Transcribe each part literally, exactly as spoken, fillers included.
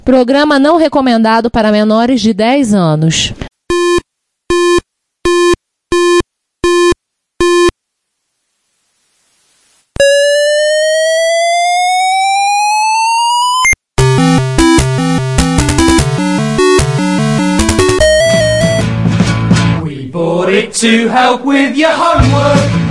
Programa não recomendado para menores de dez anos. We bought it to help with your homework.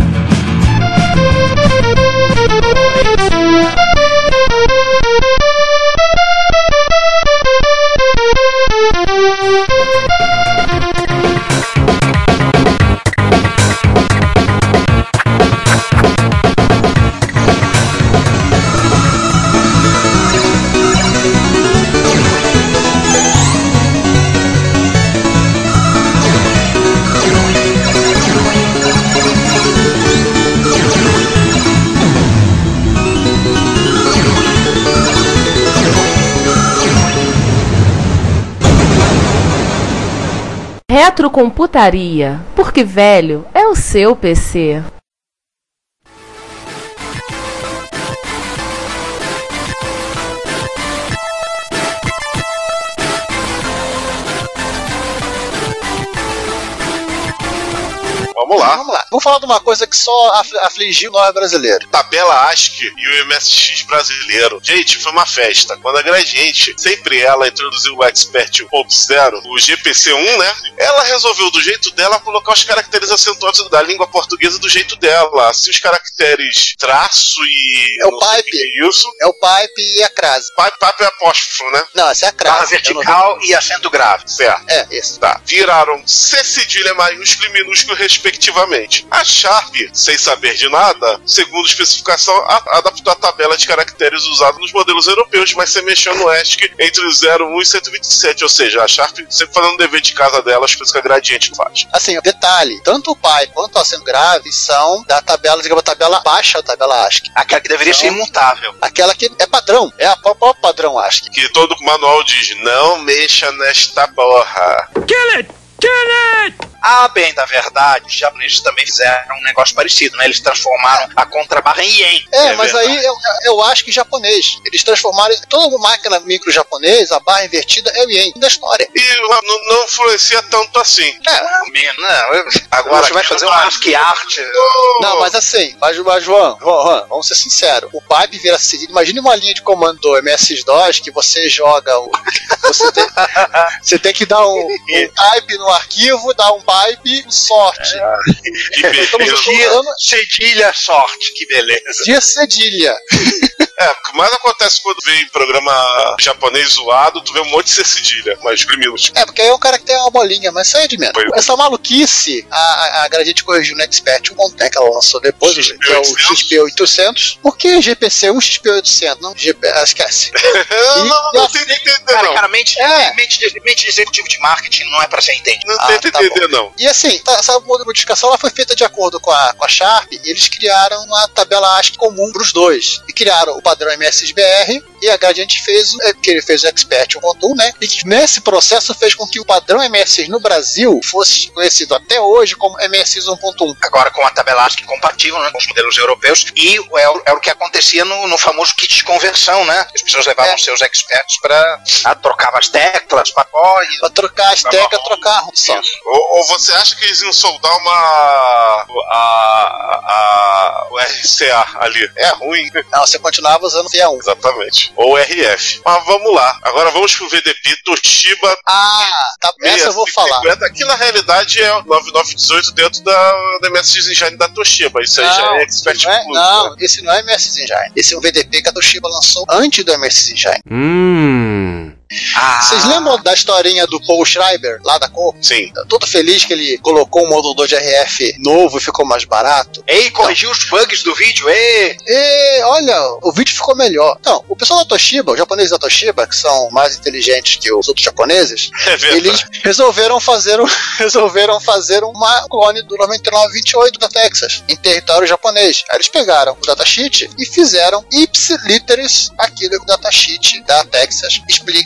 Retrocomputaria, porque velho é o seu P C. Vamos lá. Vamos lá. Vamos falar de uma coisa que só afligiu nós brasileiros. Tabela ASCII e o M S X brasileiro. Gente, foi uma festa. Quando a Gradiente, sempre ela introduziu o Expert um ponto zero, o G P C um, né? Ela resolveu do jeito dela colocar os caracteres acentuados da língua portuguesa do jeito dela. Assim, os caracteres traço e... É o pipe. É isso. É o pipe e a crase. Pipe, pipe é apóstrofo, né? Não, essa é a crase. Barra vertical e acento grave. Certo. É, isso. Tá. Viraram C cedilha maiúsculo e minúsculo, respectivamente. A Sharp, sem saber de nada, segundo especificação, a adaptou a tabela de caracteres usada nos modelos europeus, mas se mexeu no ASCII entre zero, um e cento e vinte e sete. Ou seja, a Sharp sempre fazendo o dever de casa dela, as coisas que a Gradiente faz. Assim, detalhe, tanto o pipe quanto o acento grave são da tabela, digamos, a tabela baixa da tabela ASCII. Aquela que deveria então, ser imutável. Aquela que é padrão, é a própria padrão ASCII. Que todo manual diz, não mexa nesta borra. Kill it! Kill it! Ah, bem, da verdade, os japoneses também fizeram um negócio parecido, né? Eles transformaram a contrabarra em ien. É, é mas verdade. aí eu, eu acho que japonês. Eles transformaram toda máquina micro japonês, a barra invertida é o ien da história. E não, não influencia tanto assim. É, menos, não. Eu, Agora você vai fazer uma ASCII art. Não, mas assim, mas, mas João, João, João, vamos ser sinceros. O pipe vira cedilha. Imagine uma linha de comando do M S DOS que você joga o. Você tem, você tem que dar um, um type no arquivo, dar um pipe, sorte. É. Estamos Dia, cedilha, sorte, que beleza. Dia cedilha. É, o que mais acontece quando vem programa japonês zoado, tu vê um monte de C cedilha, mas minúsculo. É, porque aí o cara que tem uma bolinha, mas isso aí é de menos. Foi. Essa maluquice, a, a Gradiente corrigiu no Expert um ponto, né, que ela lançou depois, X P que é o X P oitocentos. Por que G P C um X P oitocentos? Não, G P, ah, esquece. não, não, não tenta entender, Cara, não. cara mente, É. mente, de, mente de executivo de marketing não é pra ser entendido. Não Ah, tenta tá entender, bom. não. E assim, tá, essa modificação ela foi feita de acordo com a, com a Sharp, e eles criaram uma tabela ASCII comum para os dois. E criaram o padrão M S B R, e a Gradiente fez, é, que ele fez o Expert um ponto um, né? E que nesse processo fez com que o padrão M S no Brasil fosse conhecido até hoje como M S um ponto um. Agora com a tabela ASCII compatível, né, com os modelos europeus, e é, o- é o que acontecia no, no famoso kit de conversão, né? As pessoas levavam É. seus experts pra ah, trocar as teclas, papó e... Pra trocar as Tá teclas, bom. trocar a só. Isso. Ou, ou você acha que eles iam soldar uma. A, a, o R C A ali? É ruim. Não, você continuava usando V A um. Exatamente. Ou R F. Mas vamos lá. Agora vamos pro V D P Toshiba. Ah, tá, essa eu vou falar. cinquenta, que na realidade é o nove nove um oito dentro da, da M S X Engine da Toshiba. Isso aí já é Expert não, é, Plus. não né? esse não é M S X Engine. Esse é um V D P que a Toshiba lançou antes do M S X Engine. Hum. Ah, Vocês lembram da historinha do Paul Schreiber, lá da Cor? Sim. Todo feliz que ele colocou um modulador de R F novo e ficou mais barato. Ei, corrigiu os bugs do vídeo, ei! E, olha, o vídeo ficou melhor. Então, o pessoal da Toshiba, os japoneses da Toshiba, que são mais inteligentes que os outros japoneses, É verdade. eles resolveram fazer, um, resolveram fazer uma clone do noventa e nove vinte e oito da Texas, em território japonês. Aí eles pegaram o datasheet e fizeram ipsiliteris aquilo que o datasheet da Texas explica como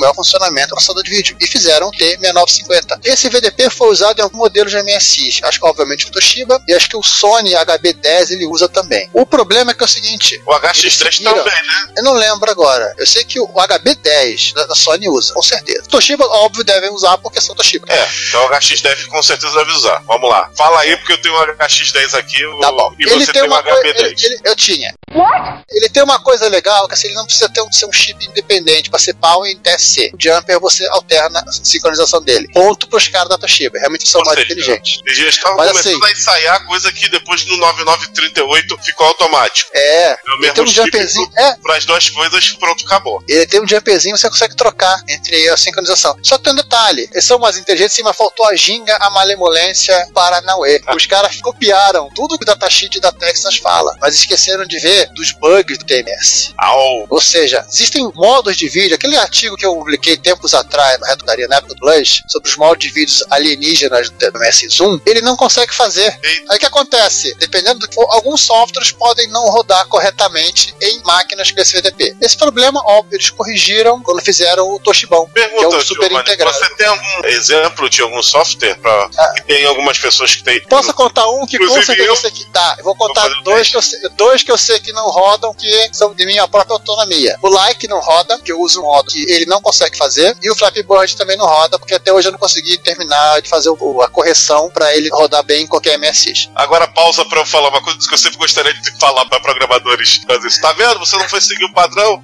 bel funcionamento do processador de vídeo. E fizeram o T sessenta e nove cinquenta. Esse V D P foi usado em algum modelo de M S X. Acho que, obviamente, o Toshiba. E acho que o Sony H B dez ele usa também. O problema é que é o seguinte... O H X três também, né? Eu não lembro agora. Eu sei que o H B dez da, da Sony usa, com certeza. Toshiba, óbvio, devem usar porque são Toshiba. É, então o H X dez com certeza deve usar. Vamos lá. Fala aí, porque eu tenho um H X dez aqui tá bom. e ele você tem, tem um uma H B dez. Ele, ele, eu tinha. What? Ele tem uma coisa legal, que assim, ele não precisa ter um, ser um chip independente para ser pau em T S C. O Jumper você alterna a sincronização dele. Ponto pros caras da Toshiba. Realmente são Ou mais seja, inteligentes. Eles já estavam Mas, começando assim, a ensaiar coisa que depois no nove nove trinta e oito ficou automático. É. É o mesmo tem um jumperzinho. É. Para as duas coisas, pronto, acabou. Ele tem um jumperzinho, você consegue trocar entre a sincronização. Só que tem um detalhe. Eles são mais inteligentes, sim, mas faltou a ginga, a malemolência para Paranauê. Ah. Os caras copiaram tudo que o datasheet da Texas fala, mas esqueceram de ver dos bugs do T M S. Au. Ou seja, existem modos de vídeo. Aquele artigo que eu publiquei tempos atrás, na Redadoria, na época do Blush, sobre os modos de vídeos alienígenas do M S Zoom, ele não consegue fazer. Eita. Aí o que acontece? Dependendo do que for, alguns softwares podem não rodar corretamente em máquinas com esse V D P. Esse problema, óbvio, eles corrigiram quando fizeram o Toshibão, Pergunta, que é o super Giovanni, integrado. Você tem algum exemplo de algum software pra, ah. que tem algumas pessoas que tem? Posso contar um que com certeza eu sei que tá. Eu vou contar vou dois, que eu sei, dois que eu sei que não rodam, que são de minha própria autonomia. O Like não roda, que eu uso um modo que ele não consegue fazer, e o Flappy Bird também não roda, porque até hoje eu não consegui terminar de fazer o, a correção pra ele rodar bem em qualquer M S X. Agora pausa pra eu falar uma coisa que eu sempre gostaria de falar pra programadores fazer isso. Tá vendo? Você não foi seguir o padrão?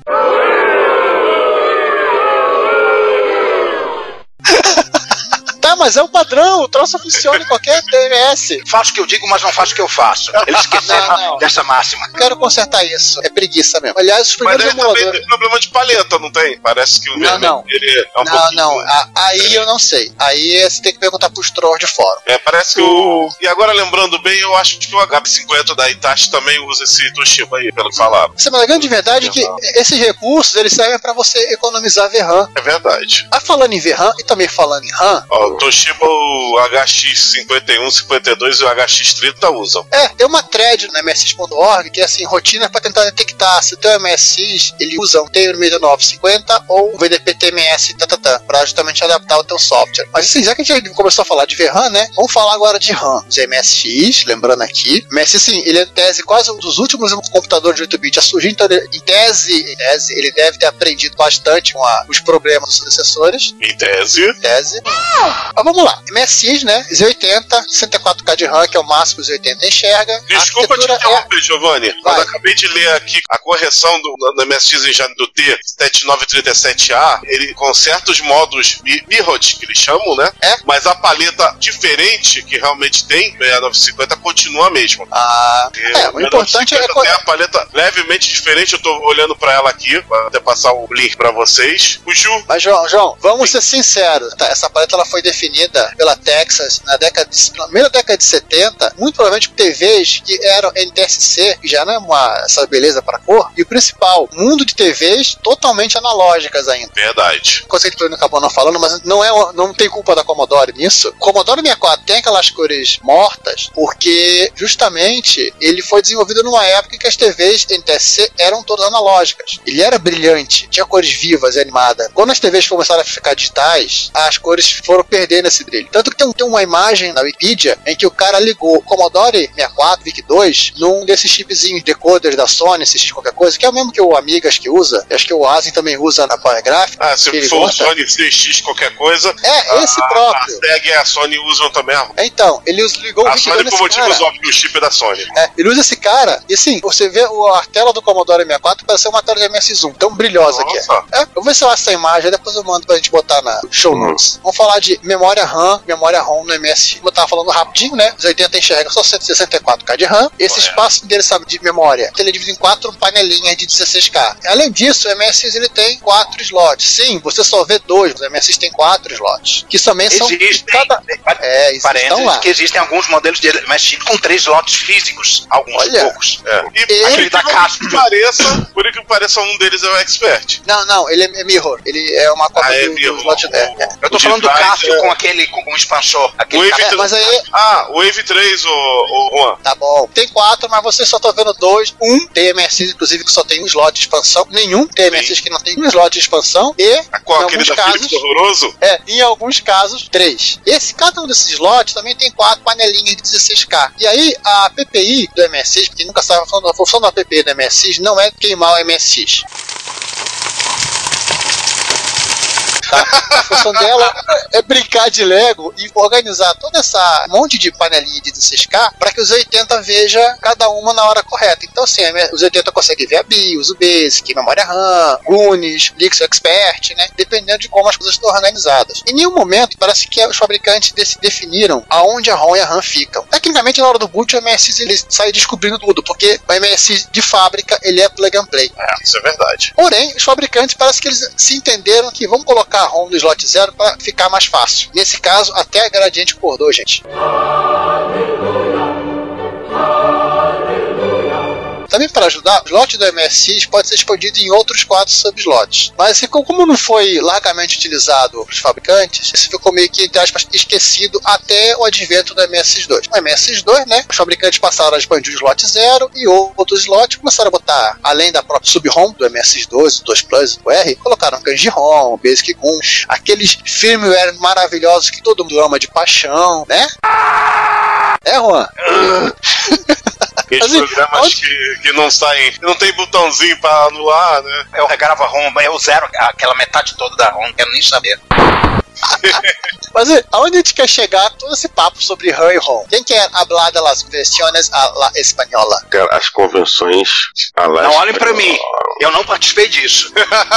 Tá, mas é o padrão, o troço funciona em qualquer T M S. Faço o que eu digo, mas não faço o que eu faço. Eles esqueceram não, não. dessa máxima. Quero consertar isso. É preguiça mesmo. Aliás, os primeiros mas emuladores... também tem problema de paleta, não tem? Parece que o não, não. Ele é um não, não. A, aí eu não sei. Aí você tem que perguntar pros trolls de fórum. É, parece que o... E agora, lembrando bem, eu acho que o H B cinquenta da Hitachi também usa esse Toshiba aí, pelo que falaram. Mas a grande verdade é que esses recursos, eles servem pra você economizar V RAM. É verdade. Ah, falando em V RAM e também falando em RAM... Ó, o Toshiba, o H X cinquenta e um, cinquenta e dois e o H X trinta usam. É, tem uma thread no M S X ponto org que é assim, rotina para tentar detectar se o teu M S X ele usa um T sessenta e nove cinquenta ou um V D P T M S tatatã, para justamente adaptar o teu software. Mas assim, já que a gente começou a falar de V RAM, né, vamos falar agora de RAM. Os M S X, lembrando aqui, o M S X, sim, ele é em tese quase um dos últimos computadores de oito bits a surgir, então ele, em tese, em tese, ele deve ter aprendido bastante com a, os problemas dos sucessores. Em tese. Em tese. Mas vamos lá, M S X, né, Z oitenta, sessenta e quatro K de RAM, que é o máximo que o Z oitenta enxerga. Desculpa te interromper, é... Giovanni. Vai. Quando eu acabei de ler aqui a correção do, do M S X Engine do T setenta e nove trinta e sete A, ele com certos modos mirrored, que eles chamam, né? É. Mas a paleta diferente que realmente tem, sessenta e nove cinquenta, continua a mesma. Ah, e é, o importante é... Tem a paleta levemente diferente, eu tô olhando pra ela aqui, vou até passar o link pra vocês. O Ju... Mas, João, João, vamos ser sinceros, tá? Essa paleta ela foi definida pela Texas na década de, na primeira década de setenta, muito provavelmente por T Vs que eram N T S C, que já não é uma, essa beleza para cor, e o principal, mundo de T Vs totalmente analógicas ainda. Verdade. Coisa que ele acabou não falando, mas não, é, não tem culpa da Commodore nisso. O Commodore sessenta e quatro tem aquelas cores mortas porque justamente ele foi desenvolvido numa época em que as T Vs N T S C eram todas analógicas. Ele era brilhante, tinha cores vivas e animadas. Quando as T Vs começaram a ficar digitais, as cores foram perdendo esse brilho. Tanto que tem, tem uma imagem na Wikipedia em que o cara ligou o Commodore sessenta e quatro, V I C dois, num desses chipzinhos decoders da Sony, esses qualquer coisa, que é o mesmo que o Amigas que usa, acho que o Asim também usa na Power Graphics. Ah, se for o Sony C X qualquer coisa, é, esse a, próprio. A SEG e a Sony usam também. É, então, ele ligou a o V I C Sony dois por motivos óbvios, o chip é da Sony. É, ele usa esse cara, e assim, você vê a tela do Commodore sessenta e quatro parece uma tela de M S Zoom, tão brilhosa que é. é. Eu vou ver se eu acho essa imagem, depois eu mando pra gente botar na show notes. Hum. Vamos falar de memória RAM, memória ROM no M S X. Como eu tava falando rapidinho, né? Os oitenta enxerga só cento e sessenta e quatro K de RAM. Esse é. espaço dele, sabe, de memória, ele é dividido em quatro panelinhas de dezesseis K. Além disso, o M S X ele tem quatro slots. Sim, você só vê dois, o M S X tem quatro slots. Que também são... Existem, cada... é, parênteses, lá. Que existem alguns modelos de M S X com três slots físicos. Alguns Olha, poucos. É. E ele, aquele da caixa. Que pareça, por que pareça, um deles é o Expert. Não, não, ele é mirror. Ele é uma cópia ah, é do, mirror. do slot. É, é. Eu tô falando do Cássio é... com aquele, com, com o expansor. Aquele Wave É, mas aí, Ah, o Wave três, ô, ô Juan. tá bom. Tem quatro, mas você só tá vendo dois. Um tem M S X, inclusive, que só tem um slot de expansão. Nenhum tem M S X que não tem um slot de expansão. E, A qual, em aquele alguns da casos, Philips horroroso? é, em alguns casos, três. Esse, cada um desses slots também tem quatro panelinhas de dezesseis K. E aí, a P P I do M S X, porque nunca sabe, a função da P P I do M S X não é queimar o M S X. Tá? A função dela é brincar de Lego e organizar toda essa monte de panelinha de dezesseis K para que os oitenta veja cada uma na hora correta. Então, assim, os oitenta conseguem ver a BIOS, o BASIC, memória RAM, Goonies, Linux Expert, né? Dependendo de como as coisas estão organizadas. Em nenhum momento parece que os fabricantes desse definiram aonde a ROM e a RAM ficam. Tecnicamente, na hora do boot, o M S X ele sai descobrindo tudo, porque o M S X de fábrica ele é plug and play. É, isso é verdade. Porém, os fabricantes parece que eles se entenderam que vamos colocar a ROM no slot zero para ficar mais fácil. Nesse caso, até a Gradiente acordou, gente. Também para ajudar, o slot do M S X pode ser expandido em outros quatro subslots. Mas assim, como não foi largamente utilizado pelos fabricantes, isso ficou meio que, entre aspas, esquecido até o advento do M S X dois. No M S X dois, né, os fabricantes passaram a expandir o slot zero e outros slots começaram a botar, além da própria sub-ROM do M S X dois, o dois Plus, o R, colocaram Kanji ROM, Basic Gun, aqueles firmware maravilhosos que todo mundo ama de paixão, né? É, Juan? Aqueles Assim, programas onde... que, que não saem, que não tem botãozinho pra anular, né? Eu regrava a ROM, eu zero aquela metade toda da ROM, não quero nem saber. Mas aonde a gente quer chegar todo esse papo sobre RAM e ROM? Quem quer falar das convenções a la espanhola? Cara, as convenções a la Não olhem pra mim, eu não participei disso.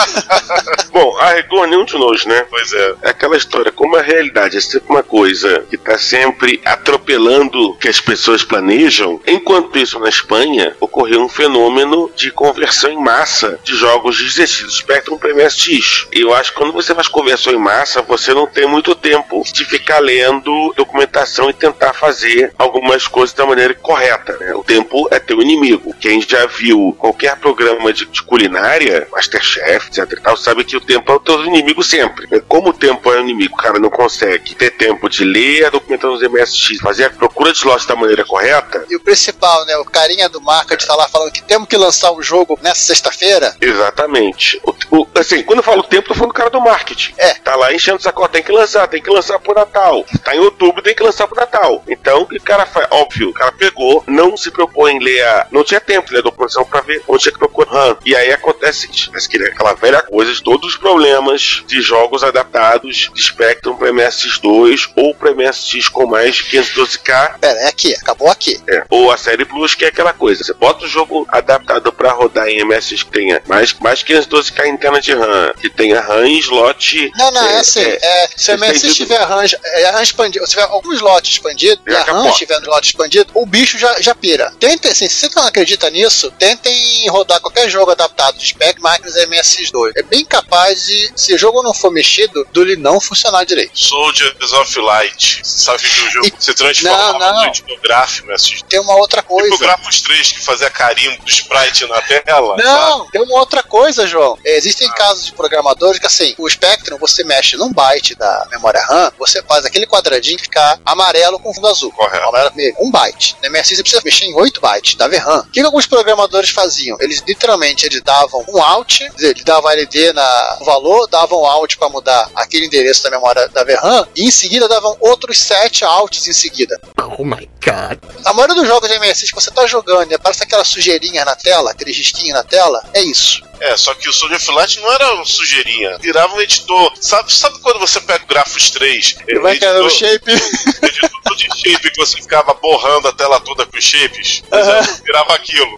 Bom, a rigor nenhum de nós, né? Pois é. É aquela história, como a realidade é sempre uma coisa que tá sempre atropelando o que as pessoas planejam, enquanto isso na Espanha ocorreu um fenômeno de conversão em massa de jogos de dezesseis Spectrum para M S X. Eu acho que quando você faz conversão em massa, você não tem muito tempo de ficar lendo documentação e tentar fazer algumas coisas da maneira correta, né? O tempo é teu inimigo. Quem já viu qualquer programa de, de culinária, Masterchef, etc e tal, sabe que o tempo é o teu inimigo sempre. Como o tempo é o inimigo, o cara não consegue ter tempo de ler a documentação dos M S X, fazer a procura de slot da maneira correta. E o principal, né? O carinha do marketing tá lá falando que temos que lançar o jogo nessa sexta-feira. Exatamente. O, o, assim, quando eu falo tempo, tô falando do cara do marketing. É. Tá lá enchendo o saco, tem que lançar, tem que lançar pro Natal. Tá em outubro, tem que lançar pro Natal. Então, o que o cara faz? Óbvio, o cara pegou, não se propõe em ler a... Não tinha tempo de ler a documentação pra ver onde tinha que procurar RAM. E aí acontece que é aquela velha coisa de todos os problemas de jogos adaptados de Spectrum para M S X dois ou para M S X com mais quinhentos e doze K. Pera, é aqui, acabou aqui. É. Ou a série Plus, que é aquela coisa. Você bota o jogo adaptado para rodar em M S X que tenha mais, mais quinhentos e doze K interna de RAM, que tenha RAM em slot. Não, não, é, é assim. É, é, se o M S X entendido. tiver RAM, é, RAM expandido, se tiver algum slot expandido e Já a RAM capota. estiver no slot expandido, o bicho já, já pira. Tentem, assim, se você não acredita nisso, tentem rodar qualquer jogo adaptado de Spec máquinas M S X dois. É bem capaz de, se o jogo não for mexido, do ele não funcionar direito. Soldiers of Light. Você sabe que o jogo E- se transformava Não, não. no tipográfico, né? Tipo Tem uma outra coisa. o Grafos três que fazia carimbo do sprite na tela. Não, sabe? tem uma outra coisa, João. É, existem casos de programadores que, assim, o Spectrum, você mexe num byte da memória RAM, você faz aquele quadradinho ficar amarelo com fundo azul. Correto. Amarelo vermelho. Um byte. No M S X você precisa mexer em oito bytes da V RAM. O que, que alguns programadores faziam? Eles literalmente eles davam um out, quer dizer, eles davam L D na, no valor, davam um out para mudar aquele endereço da memória da V RAM, e em seguida davam outros sete outs em seguida. Oh my god. A maioria dos jogos de M S X que você tá jogando e aparece aquela sujeirinha na tela, aquele risquinho na tela, é isso. É, só que o Soldier of Light não era um sujeirinha. Virava um editor. Sabe, sabe quando você pega o Grafos três? Ele vai cair no shape. Editor de shape que você ficava borrando a tela toda com os shapes. Pois é, virava aquilo.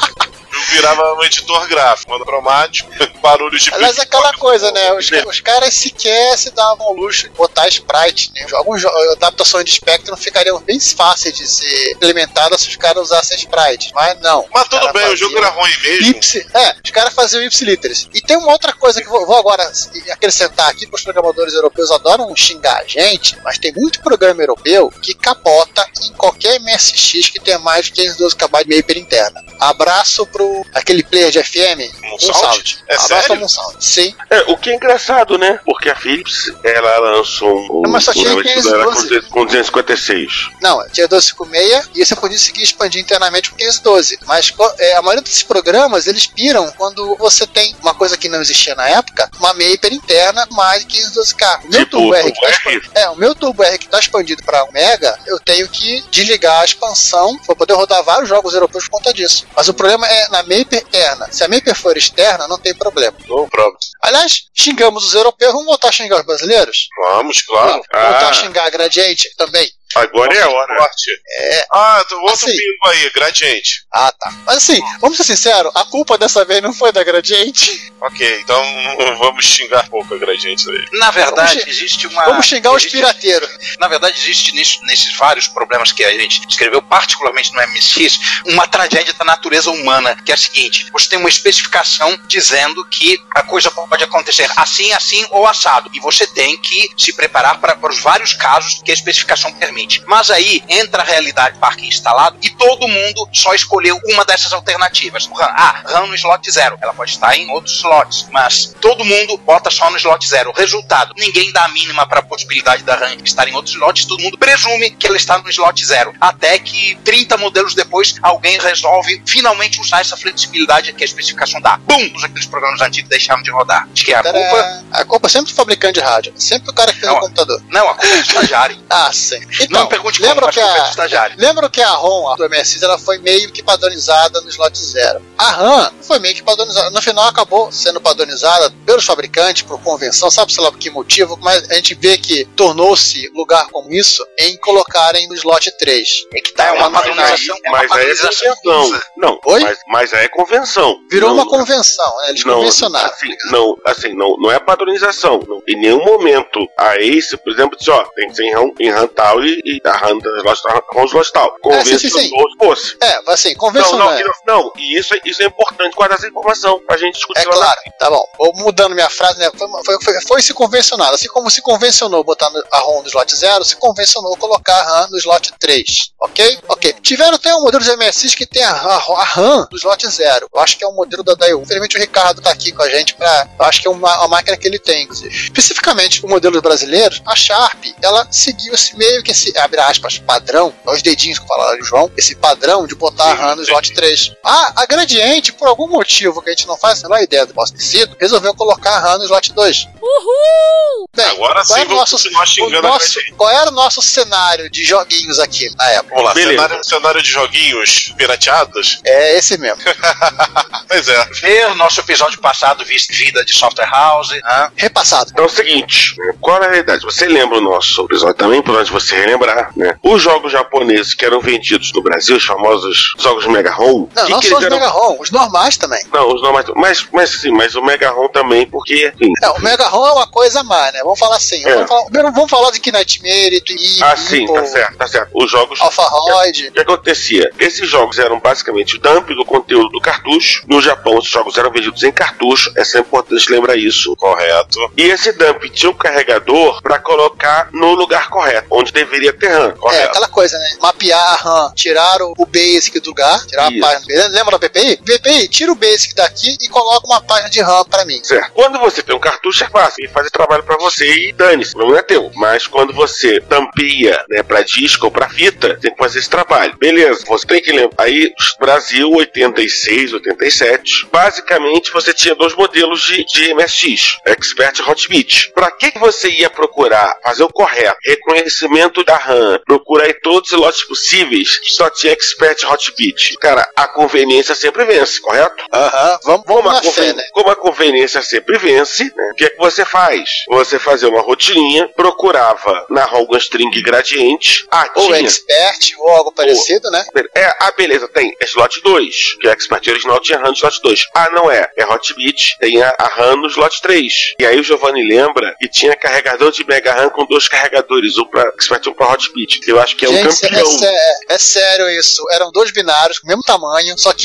Eu virava um editor gráfico, monocromático, barulhos de... Aliás, é aquela coisa, né? Os, os caras sequer se davam ao luxo de botar sprite, né? Algumas jo- adaptações de Spectrum ficariam bem fáceis de ser implementadas se os caras usassem sprite, mas não. Mas tudo Os caras bem, o jogo faziam era ruim mesmo. Ipsi, é, os caras faziam ipsiliteres. E tem uma outra coisa que eu vou, vou agora acrescentar aqui, que os programadores europeus adoram xingar a gente, mas tem muito programa europeu que capota em qualquer M S X que tenha mais de quinhentos e doze kilobytes de meia interna. Abraço pro o, aquele player de F M, Moonsound? É sério? Moonsound. Sim. É, o que é engraçado, né? Porque a Philips, ela lançou um... Não, mas só tinha um quinhentos e doze. com duzentos e cinquenta e seis. Não, tinha duzentos e cinquenta e seis e você podia seguir expandir internamente com quinhentos e doze. Mas é, a maioria desses programas, eles piram quando você tem uma coisa que não existia na época, uma Maper interna mais quinhentos e doze K. O meu Tipo, Turbo R, que tá expandido, é, o meu Turbo R que está expandido para um mega, eu tenho que desligar a expansão para poder rodar vários jogos europeus por conta disso. Mas o problema é na Maper interna. Se a Maper for externa, não tem problema. Não problema. Aliás, xingamos os europeus, vamos voltar a xingar os brasileiros? Vamos, claro. Vamos voltar a xingar a Gradiente também. Agora é a hora. Forte. É. Ah, outro assim, bingo aí, Gradiente. Ah, tá. Mas assim, vamos ser sinceros, a culpa dessa vez não foi da Gradiente. Ok, então vamos xingar pouco a Gradiente dele. Na verdade, vamos existe uma... Vamos xingar existe, os pirateiros. Na verdade, existe nisso, nesses vários problemas que a gente escreveu, particularmente no M S X, uma tragédia da natureza humana, que é a seguinte: você tem uma especificação dizendo que a coisa pode acontecer assim, assim ou assado, e você tem que se preparar para, para os vários casos que a especificação permite. Mas aí entra a realidade parque instalado e todo mundo só escolheu uma dessas alternativas. Ah, RAM no slot zero. Ela pode estar em outros slots, mas todo mundo bota só no slot zero. Resultado, ninguém dá a mínima para a possibilidade da RAM estar em outros slots, todo mundo presume que ela está no slot zero. Até que trinta modelos depois, alguém resolve finalmente usar essa flexibilidade que a especificação dá. Bum! Aqueles programas antigos deixaram de rodar. Acho que é a Cara, culpa... A culpa é sempre do fabricante de rádio. Sempre o cara que fez Não, o computador. Não, a culpa é do estagiário. Ah, sim. Então, Não me pergunte como, lembra mas que a culpa é do a, estagiário. lembra que a ROM a do M S X ela foi meio que padronizada no slot zero. A RAM foi meio que padronizada. No final acabou sendo padronizada pelos fabricantes, por convenção, sabe sei lá por que motivo, mas a gente vê que tornou-se lugar como isso em colocarem no slot três. É que tá, é uma padronização. É uma Mas aí é padronização. convenção. Não, Oi? mas, mas aí é convenção. Virou não, uma convenção, né? Eles não, convencionaram. Assim, não, assim, não, não é padronização. Não. Em nenhum momento a Ace, por exemplo, diz, ó, tem que ser em RAM, em RAM tal e, e a RAM com os slot tal. É, sim, sim, sim. Fosse. É, assim, Não, convencional. não, e não, não, e isso, é- isso é importante guardar essa informação pra gente discutir É lá na claro, tá bom. Vou mudando minha frase, né? Foi, foi, foi, foi se convencionado. Assim como se convencionou botar a ROM no slot zero, se convencionou colocar a RAM no slot três. Ok? Ok. Tiveram até um modelo de M S X que tem a, a, a RAM no slot zero. Eu acho que é um modelo da Daewoo. Infelizmente o Ricardo tá aqui com a gente pra... Eu acho que é uma, uma máquina que ele tem. Especificamente o modelo brasileiro, a Sharp, ela seguiu esse meio que esse, abre aspas, padrão, os dedinhos que falaram o João, esse padrão de botar a RAM no slot três. Ah, a Gradiente, por algum motivo que a gente não faz a menor ideia do que possa ter sido, resolveu colocar a RAM no slot dois. Uhul! Bem, Agora sim qual era o vamos nosso, continuar o xingando a nosso, Gradiente. qual era o nosso cenário de joguinhos aqui na época? Vamos lá, Beleza. cenário, cenário de joguinhos pirateados? É esse mesmo. Pois é. Ver nosso episódio passado, Vista Vida de Software House. Né? Repassado. Então é o seguinte, né, qual é a realidade? Você lembra o nosso episódio também, para onde você relembrar, né? Os jogos japoneses que eram vendidos no Brasil, os famosos jogos Mega ROM. Não, que não que só os eles eram... Mega ROM, os normais também. Não, os normais. Mas, mas sim, mas o Mega ROM também, porque, enfim. É, o Mega ROM é uma coisa a mais, né? Vamos falar assim. É. Vamos, falar, primeiro vamos falar de Knightmare, e Ah, sim, tá certo, tá certo. Os jogos. Alpharoid. O que acontecia? Esses jogos eram basicamente o dump do conteúdo do cartucho. No Japão, esses jogos eram vendidos em cartucho. É sempre importante lembrar isso. Correto. E esse dump tinha um carregador para colocar no lugar correto, onde deveria ter RAM. É, Correto. aquela coisa, né? Mapear a RAM, tirar o, o basic do lugar, tirar Isso. a página. Lembra da P P I? P P I, tira o basic daqui e coloca uma página de RAM pra mim. Certo. Quando você tem um cartucho, é fácil. Ele faz esse trabalho pra você e dane-se. O problema não é teu. Mas quando você tampia, né, pra disco ou pra fita, tem que fazer esse trabalho. Beleza. Você tem que lembrar. Aí, Brasil, oitenta e seis, oitenta e sete. Basicamente, você tinha dois modelos de, de M S X. Expert e Hotbit. Pra que que você ia procurar fazer o correto? Reconhecimento da RAM. Procurar em todos os lotes possíveis. Só tinha Expert e Hotbit. Cara, a conveniência sempre vence, correto? Aham, vamos, vamos Como a, na fé, conven... né? Como a conveniência sempre vence, né? O que é que você faz? Você fazia uma rotininha, procurava na Rogan String Gradiente. Ah, Ou tinha. Expert, ou algo parecido, né? É, ah, beleza, tem. É slot dois, que a Expert original tinha RAM no slot dois. Ah, não é. É Hotbit, tem a, a RAM no slot três. E aí o Giovanni lembra que tinha carregador de Mega RAM com dois carregadores, um pra Expert e um pra Hotbit. Eu acho que é um Gente, campeão. é, sé- é sério isso. Eram dois binários, com o mesmo tamanho, só que carregava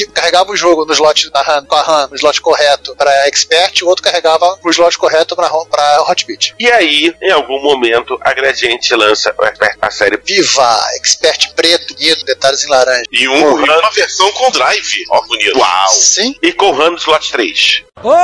carregava o jogo no slot da RAM, com a RAM no slot correto para Expert, e o outro carregava o slot correto para Hotbit. E aí, em algum momento, a Gradiente lança a série Viva! Expert preto, bonito, detalhes em laranja. E um, e uma versão com drive. Ó, bonito. Uau! Sim. E com RAM no slot três.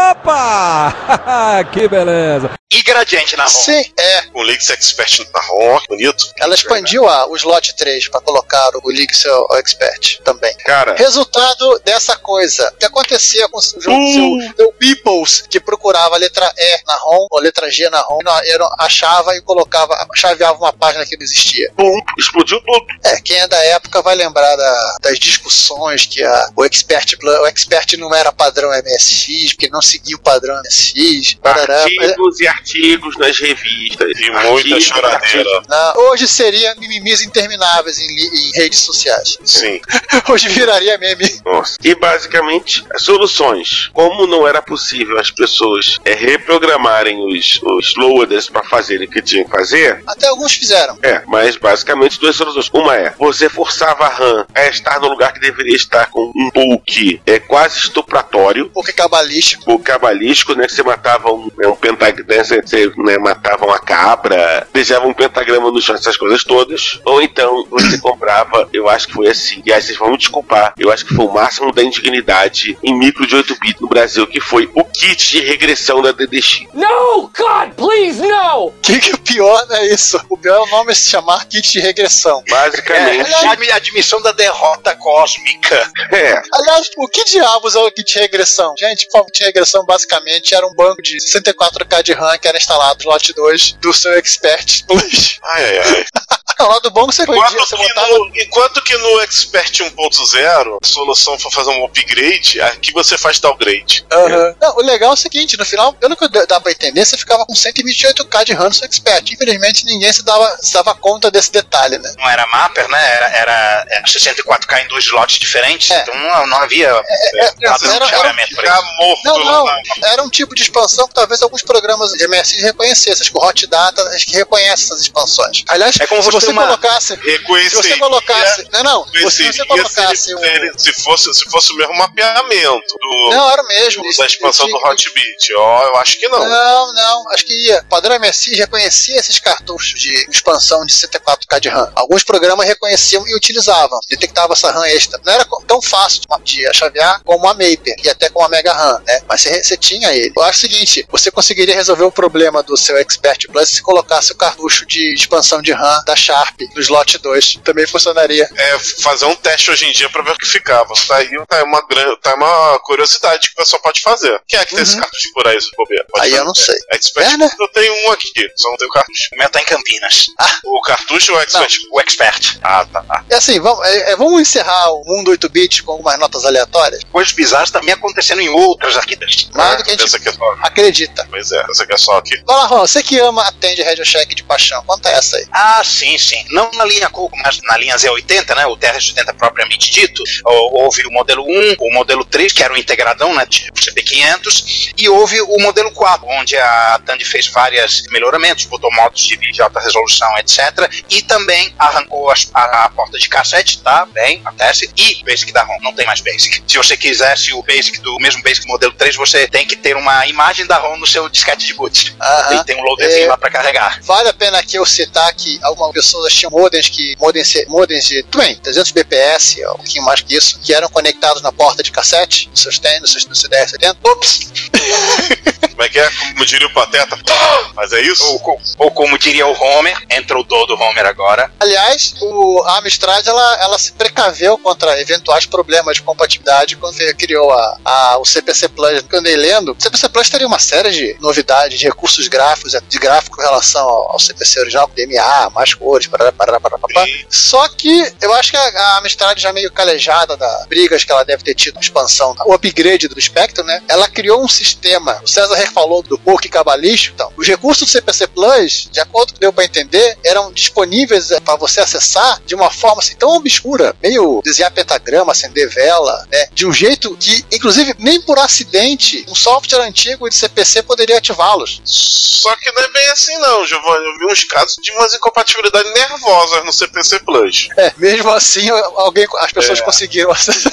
Opa! Que beleza! E Gradiente na ROM. Sim, é. Com o Linux Expert na ROM, bonito. Ela expandiu a, o slot três para colocar o Linux Expert também. Cara. Resultado dessa coisa. O que acontecia com o seu, Uh. seu, seu Peoples, que procurava a letra E na ROM, ou letra G na ROM, não, achava e colocava, chaveava uma página que não existia. Pum, explodiu tudo. É, quem é da época vai lembrar da, das discussões que a, o, Expert, o Expert não era padrão M S X, porque não seguia o padrão M S X. Parará, Artigos e artigos nas revistas. E muita choradeira. Não, hoje seria mimimis intermináveis em, em redes sociais. Sim. Hoje viraria meme. Nossa. E basicamente, as soluções. Como não era possível as pessoas é, reprogramarem os, os loaders para fazerem o que tinham que fazer. Até alguns fizeram. É, mas basicamente duas soluções. Uma é, você forçava a RAM a estar no lugar que deveria estar com um poke é, quase estupratório. Poke cabalístico. Poke cabalístico, né? Que você matava um, é, um pentagrama, você, você né, matava uma cabra, deixava um pentagrama no chão, essas coisas todas. Ou então, você comprava, eu acho que foi assim, e aí vocês vão me desculpar, eu acho que foi o máximo da indignidade em micro de oito bit no Brasil, que foi o kit de regressão da D D X. No, God, please, no! O que, que o pior não é isso? O pior é o nome se chamar kit de regressão. Basicamente. É, a admissão da derrota cósmica. É. Aliás, o que diabos é o kit de regressão? Gente, o kit de regressão basicamente era um banco de sessenta e quatro K de RAM que era instalado no slot dois do seu Expert Plus. Ai, ai, ai. Não, lá do bom você Enquanto, podia, você que botava... no, enquanto que no Expert um ponto zero, a solução for fazer um upgrade, aqui você faz downgrade. Uhum. Não, o legal é o seguinte, no final, pelo que dá pra entender, você ficava com cento e vinte e oito K de RAM no seu Expert. Infelizmente, ninguém se dava, se dava conta desse detalhe, né? Não era mapper, né? Era, era, era sessenta e quatro K em dois slots diferentes, É. então não, não havia É, é, nada era- de chaveamento pra Ficar isso. morto Não, não, lá. era um tipo de expansão que talvez alguns programas de M S X reconhecessem, acho que o Hot Data acho que reconhece essas expansões. Aliás, É como se você você uma- colocasse... Se Reconheceria. você colocasse... Não, não, se você reconheceria colocasse se, um... ele- se, fosse, se fosse o mesmo mapeamento do, Não, era o mesmo. do- Isso- da expansão isso- do Hotbit. Ó, eu acho que não. Não, não, acho que ia. O padrão M S X reconhecia esses cartuchos de expansão de sessenta e quatro K de RAM. Alguns programas reconheciam e utilizavam, detectava essa RAM extra. Não era co- tão fácil de chavear como a Maper e até com a Mega RAM, né? Mas você, você tinha ele. Eu acho o seguinte, você conseguiria resolver o problema do seu Expert Plus se colocasse o cartucho de expansão de RAM da Sharp no slot dois. Também funcionaria. É fazer um teste hoje em dia pra ver o que ficava. Tá aí tá uma, gran- tá uma curiosidade que o pessoal pode fazer. Quem é que tem esse cartucho por aí, se bobear? Pode Aí fazer. eu não sei. Expert, É, né? eu tenho um aqui, só não tenho cartucho. O meu tá em Campinas. O cartucho ou o Expert? O Expert. Ah, tá. Ah. É assim, vamos, é, é, vamos encerrar o mundo oito bit com algumas notas aleatórias? Coisas bizarras também acontecendo em outras arquiteturas. Mais do que a gente Essa aqui é só. acredita. Pois é, essa aqui é só aqui. Vai lá, Ron, você que ama, atende Radio Shack de paixão. Conta essa aí. Ah, sim, sim. Não na linha Coco, mas na linha Z oitenta, né? O T R oitenta propriamente dito. Hou- Houve o modelo um, o modelo três, que era um integradão, né? Tipo C P quinhentos. E houve o modelo quatro, onde a Tandy fez vários melhoramentos, botou modos de vídeo de alta resolução, etcétera. E também arrancou as- a, a porta de cassete, tá? Bem, acontece. E Basic da ROM, não tem mais Basic. Se você quisesse o Basic do mesmo Basic modelo três, você tem que ter uma imagem da ROM no seu disquete de boot. Aham. E tem um loaderzinho É. lá pra carregar. Vale a pena aqui eu citar que algumas pessoas tinham modems que modems, modems de bem, trezentos B P S, ou um pouquinho mais que isso, que eram conectados na porta de cassete, nos seus ten, no seu, no seu D R oitenta. Ups! Como é que é? Como diria o Pateta? Mas é isso? Ou, co- ou como diria o Homer, entra o do do Homer agora. Aliás, o, a Amstrad ela, ela se precaveu contra eventuais problemas de compatibilidade quando criou a, a, o C P C Plus. Quando eu andei lendo, o C P C Plus teria uma série de novidades, de recursos gráficos, de gráfico em relação ao, ao C P C original, com D M A, mais cores, parará, parará, parará, parará. Sim. Só que eu acho que a, a Amstrad já meio calejada das brigas que ela deve ter tido na expansão, o upgrade do Spectrum, né? Ela criou um sistema, o César falou do poke cabalístico, então, os recursos do C P C Plus, de acordo com o que deu pra entender, eram disponíveis para você acessar de uma forma assim tão obscura, meio desenhar pentagrama, acender vela, né? De um jeito que, inclusive, nem por acidente, um software antigo de C P C poderia ativá-los. Só que não é bem assim não, Giovanni. Eu vi uns casos de umas incompatibilidades nervosas no C P C Plus. É, mesmo assim, alguém, as pessoas É. conseguiram acessar.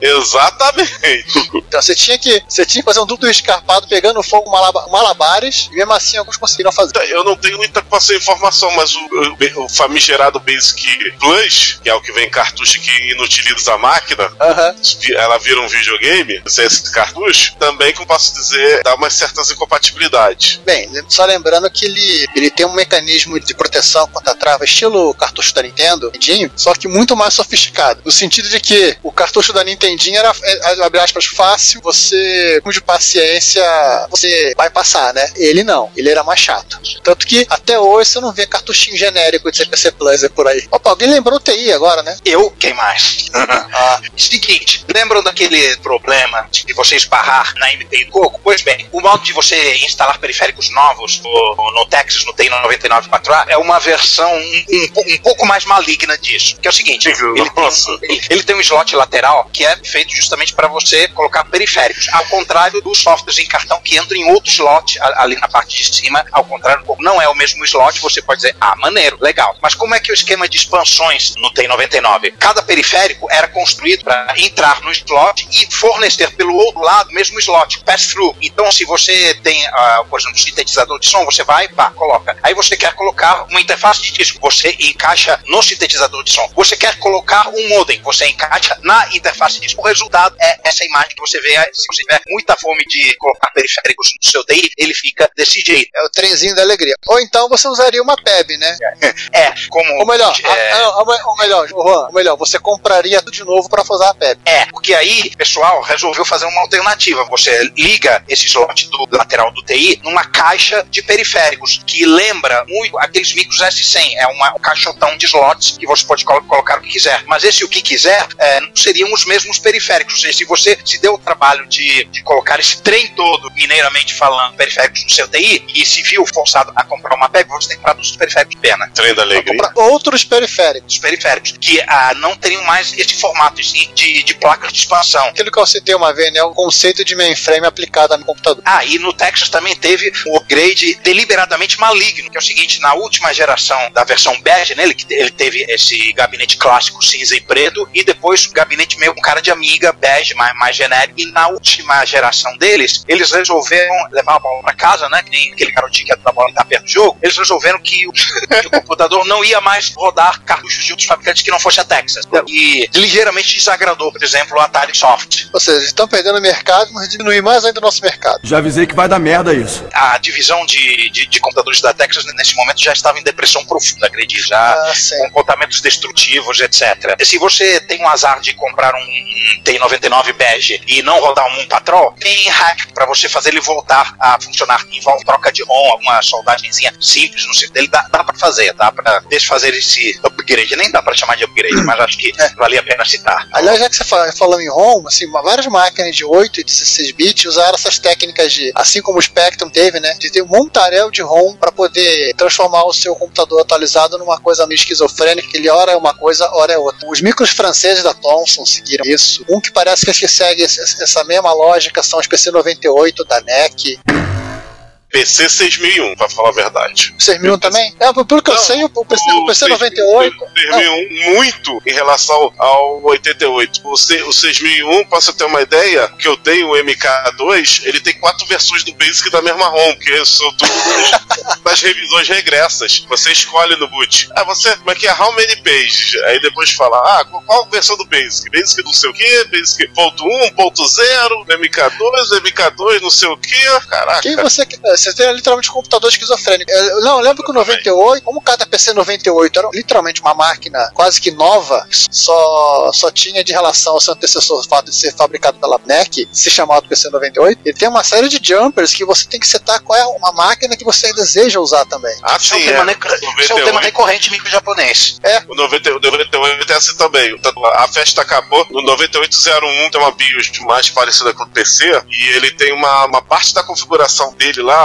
Exatamente. Então você tinha que, você tinha que fazer um duplo escarpado pegando fogo malaba, malabares, e mesmo assim alguns conseguiram fazer. Eu não tenho muita com essa informação, mas o, o, o famigerado Basic Plus, que é o que vem em cartucho que inutiliza a máquina, uhum. ela vira um videogame, esse cartucho, também, como posso dizer, dá umas certas incompatibilidades. Bem, só lembrando que ele, ele tem um mecanismo de proteção contra trava, estilo cartucho da Nintendo, só que muito mais sofisticado, no sentido de que o cartucho da Nintendinho era, abre aspas, fácil, você, com de paciência, você vai passar, né? Ele não, ele era mais chato. Tanto que, até hoje, você não vê cartuchinho genérico de C P C Plus por aí. Opa, alguém lembrou o T I agora, né? Eu? Quem mais? ah, seguinte, lembram daquele problema de você esbarrar na M T I Coco? Pois bem, o modo de você instalar periféricos novos no, no Texas, no T I noventa e nove quatro A, é uma versão um, um, um pouco mais maligna disso. Que é o seguinte, ele tem, um, ele, ele tem um slot lateral que é feito justamente para você colocar periféricos, ao contrário dos softwares em cartão que entram em outro slot ali na parte de cima, ao contrário, não é o mesmo slot, você pode dizer, ah, maneiro, legal. Mas como é que é o esquema de expansões no T I noventa e nove? Cada periférico era construído para entrar no slot e fornecer pelo outro lado o mesmo slot, pass-through. Então, se você tem, uh, por exemplo, um sintetizador de som, você vai, pá, coloca. Aí você quer colocar uma interface de disco, você encaixa no sintetizador de som. Você quer colocar um modem, você encaixa na interface de disco. O resultado é essa imagem que você vê. Se você tiver muita fome de colocar periféricos no seu T I, ele fica desse jeito. É o trenzinho da alegria. Ou então você usaria uma P E B, né? É, como... Ou melhor, é... a, a, ou melhor, Juan, ou melhor, você compraria tudo de novo para usar a P E B. É, porque aí, pessoal, resolveu fazer uma alternativa. Você liga esse slot do lateral do T I numa caixa de periféricos, que lembra muito aqueles micros S cem. É uma, um caixotão de slots que você pode colo- colocar o que quiser. Mas esse o que quiser é, não seriam os mesmos periféricos. E se você se deu o trabalho de, de colocar esse trem todo, mineiramente falando, periféricos no seu T I, e se viu forçado a comprar uma P E B, você tem que comprar dos periféricos de pena. Trem da alegria. Outros periféricos. Os periféricos, que ah, não teriam mais esse formato sim, de, de placas de expansão. Aquilo que eu citei uma vez, né? É o conceito de mainframe aplicado no computador. Ah, e no Texas também teve um upgrade deliberadamente maligno, que é o seguinte, na última geração da versão bege, né, ele, ele teve esse gabinete clássico cinza e preto, e depois o gabinete meio com cara de Amiga, bege, mais, mais genérico, e na última geração deles, eles resolveram levar a bola pra casa, né, que nem aquele garotinho que é da bola que tá perto do jogo, eles resolveram que o, que o computador não ia mais rodar cartuchos de outros fabricantes que não fosse a Texas. E ligeiramente desagradou, por exemplo, o Atari Soft. Ou seja, estão perdendo o mercado, mas diminuir mais ainda o nosso mercado. Já avisei que vai dar merda isso. A divisão de, de, de computadores da Texas, nesse momento, já estava em depressão profunda, acredito, já ah, com comportamentos destrutivos, etcétera. Se você tem um azar de comprar um, um T I noventa e nove bege e não rodar um Moon Patrol, tem hack para você fazer ele voltar a funcionar. Envolve troca de ROM, alguma soldagenzinha simples no circuito dele, dá, dá para fazer, dá para desfazer esse upgrade. Nem dá para chamar de upgrade, mas acho que é. Vale a pena citar. Aliás, já que você fala, falou em ROM, assim, várias máquinas de oito e dezesseis bits usaram essas técnicas de, assim como o Spectrum teve, né, de ter um montaréu de ROM para poder transformar o seu computador atualizado numa coisa meio esquizofrênica, que ele ora é uma coisa, ora é outra. Os micros franceses da Thomson seguiram isso. Um que parece que segue essa mesma lógica são os P C noventa e oito da N E C. P C seis mil e um, pra falar a verdade. seis mil e um também? É, pelo que eu não, sei, o P C, o P C noventa e oito... seis mil e um muito em relação ao oitenta e oito. O, C, o seis mil e um, pra você ter uma ideia, que eu tenho o M K dois, ele tem quatro versões do Basic da mesma ROM, que são todas das revisões regressas. Você escolhe no boot. Ah, você, como é que é? How many pages? Aí depois fala, ah, qual versão do Basic? Basic não sei o que, Basic ponto um, ponto zero, M K dois, M K dois, não sei o que. Caraca. Quem você quer? Você tem literalmente um computador esquizofrênico. Eu, não, eu lembro que o noventa e oito, como cada P C noventa e oito era literalmente uma máquina quase que nova, só, só tinha de relação ao seu antecessor o fato de ser fabricado pela N E C, se chamado P C noventa e oito, ele tem uma série de jumpers que você tem que setar qual é uma máquina que você deseja usar também. Ah, isso sim, é um tema, é. Isso é um tema recorrente em micro japonês. É. O noventa e oito é assim também. A festa acabou. No noventa e oito zero um tem uma BIOS mais parecida com o P C e ele tem uma, uma parte da configuração dele lá,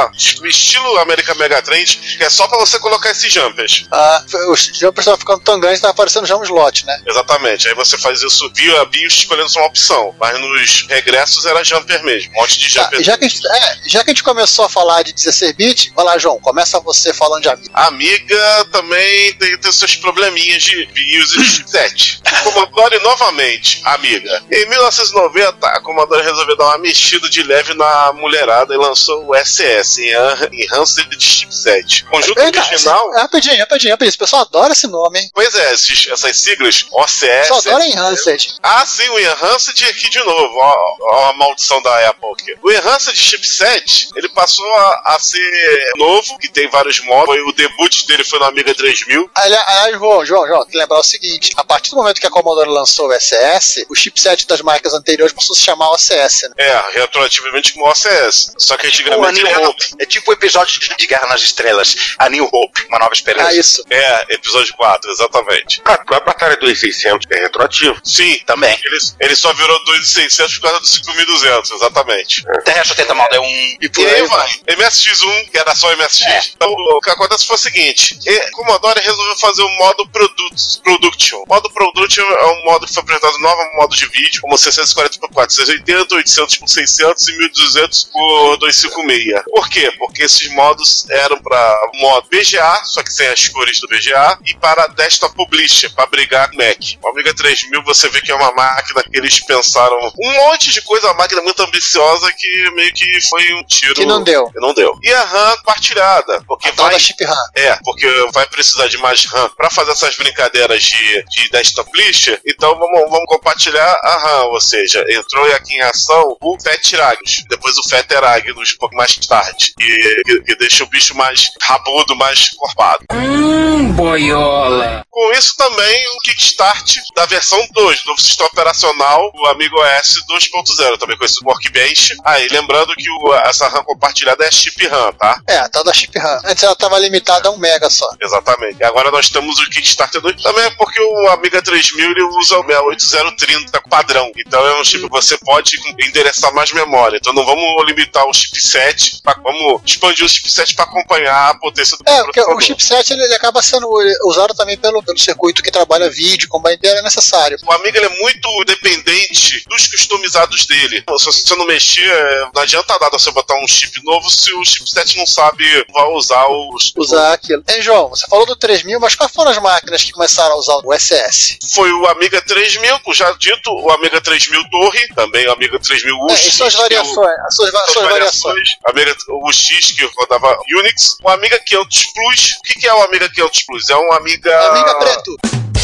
uma estilo American Megatrend, que é só pra você colocar esses jumpers. Ah, os jumpers estavam ficando tão grandes que estavam parecendo já um slot, né? Exatamente, aí você faz isso via BIOS escolhendo só uma opção, mas nos regressos era jumper mesmo, um monte de jumper. Tá, já, que a gente, é, já que a gente começou a falar de dezesseis bits, vai lá, João, começa você falando de Amiga. Amiga também tem, tem seus probleminhas de BIOS e de chipset. Commodore novamente, Amiga. Em mil novecentos e noventa, a Commodore resolveu dar uma mexida de leve na mulherada e lançou o S S, em Enhanced de Chipset. Conjunto Vem cá, original... esse- rapidinho, rapidinho, rapidinho. Esse pessoal adora esse nome, hein? Pois é, esses, essas siglas, O C S... Só adora Enhanced. Ah, sim, o Enhanced aqui de novo. Ó, ó a maldição da Apple aqui. O Enhanced Chipset, ele passou a, a ser novo, que tem vários modos. O debut dele foi no Amiga três mil. Aliás, aliás, João, João, João, tem que lembrar o seguinte: a partir do momento que a Commodore lançou o S S, o chipset das marcas anteriores passou a se chamar O C S, né? É, retroativamente como O C S. Só que O A antigamente New era... Hope. É tipo o episódio de- de Guerra nas Estrelas. A New Hope, uma nova esperança. Ah, isso. É, episódio quatro, exatamente. A a batalha do seiscentos é retroativo. Sim, Também. ele, ele só virou dois mil e seiscentos por causa do cinco mil e duzentos, exatamente. Terrestre oitenta mal é um. E por E aí aí vai. M S X um, que era só M S X. É. Então, o que acontece foi o seguinte: a Commodore resolveu fazer o modo product, Production. O modo Production é um modo que foi apresentado novo, um modo de vídeo, como seiscentos e quarenta por quatrocentos e oitenta, oitocentos por seiscentos e mil e duzentos por duzentos e cinquenta e seis. Por quê? Porque esses modos eram para o modo V G A, só que sem as cores do V G A, e para Desktop Publisher, para brigar com o Mac. O Amiga três mil você vê que é uma máquina que eles pensaram um monte de coisa, uma máquina muito ambiciosa que meio que foi um tiro. Que não deu. Que não deu. E a RAM compartilhada, porque A tal vai... da chip RAM. É, porque vai precisar de mais RAM para fazer essas brincadeiras de, de desktop list, então vamos, vamos compartilhar a RAM, ou seja, entrou aqui em ação o FAT-Ragnus, depois o FAT-Ragnus um pouco mais tarde, que, que, que deixa o bicho mais rabudo, mais corpado. Hum, boiola. Com isso também o Kickstart da versão dois, do novo sistema operacional, o Amiga O S dois ponto zero, também conhecido como Workbench. Aí, lembrando que o, essa RAM compartilhada é chip RAM, tá? É, a tal da chip RAM. Antes ela estava limitada a um mega só. Exatamente. E agora nós temos o Kickstarter dois. Também é porque o Amiga três mil ele usa o sessenta e oito zero trinta padrão. Então é um chip que você pode endereçar mais memória. Então não vamos limitar o chipset, pra, vamos expandir o chipset para acompanhar a potência do É, porque processador. o chipset ele, ele acaba sendo usado também pelo, pelo circuito que trabalha vídeo, como inteiro é necessário. O Amiga ele é muito dependente dos customizados dele. Se você não mexer, não adianta nada você botar um chip novo se o chipset não sabe vai usar os... Usar aquilo. Hein, João, você falou do três mil, mas quais foram as máquinas que começaram a usar o S S? Foi o Amiga três mil, já dito, o Amiga três mil Torre, também o Amiga três mil U É, X. e suas que é o- variações, as suas, va- suas suas variações. Amiga, o X que rodava Unix, o Amiga quinhentos Plus. O que, que é o Amiga quinhentos Plus? É um Amiga... Amiga preto.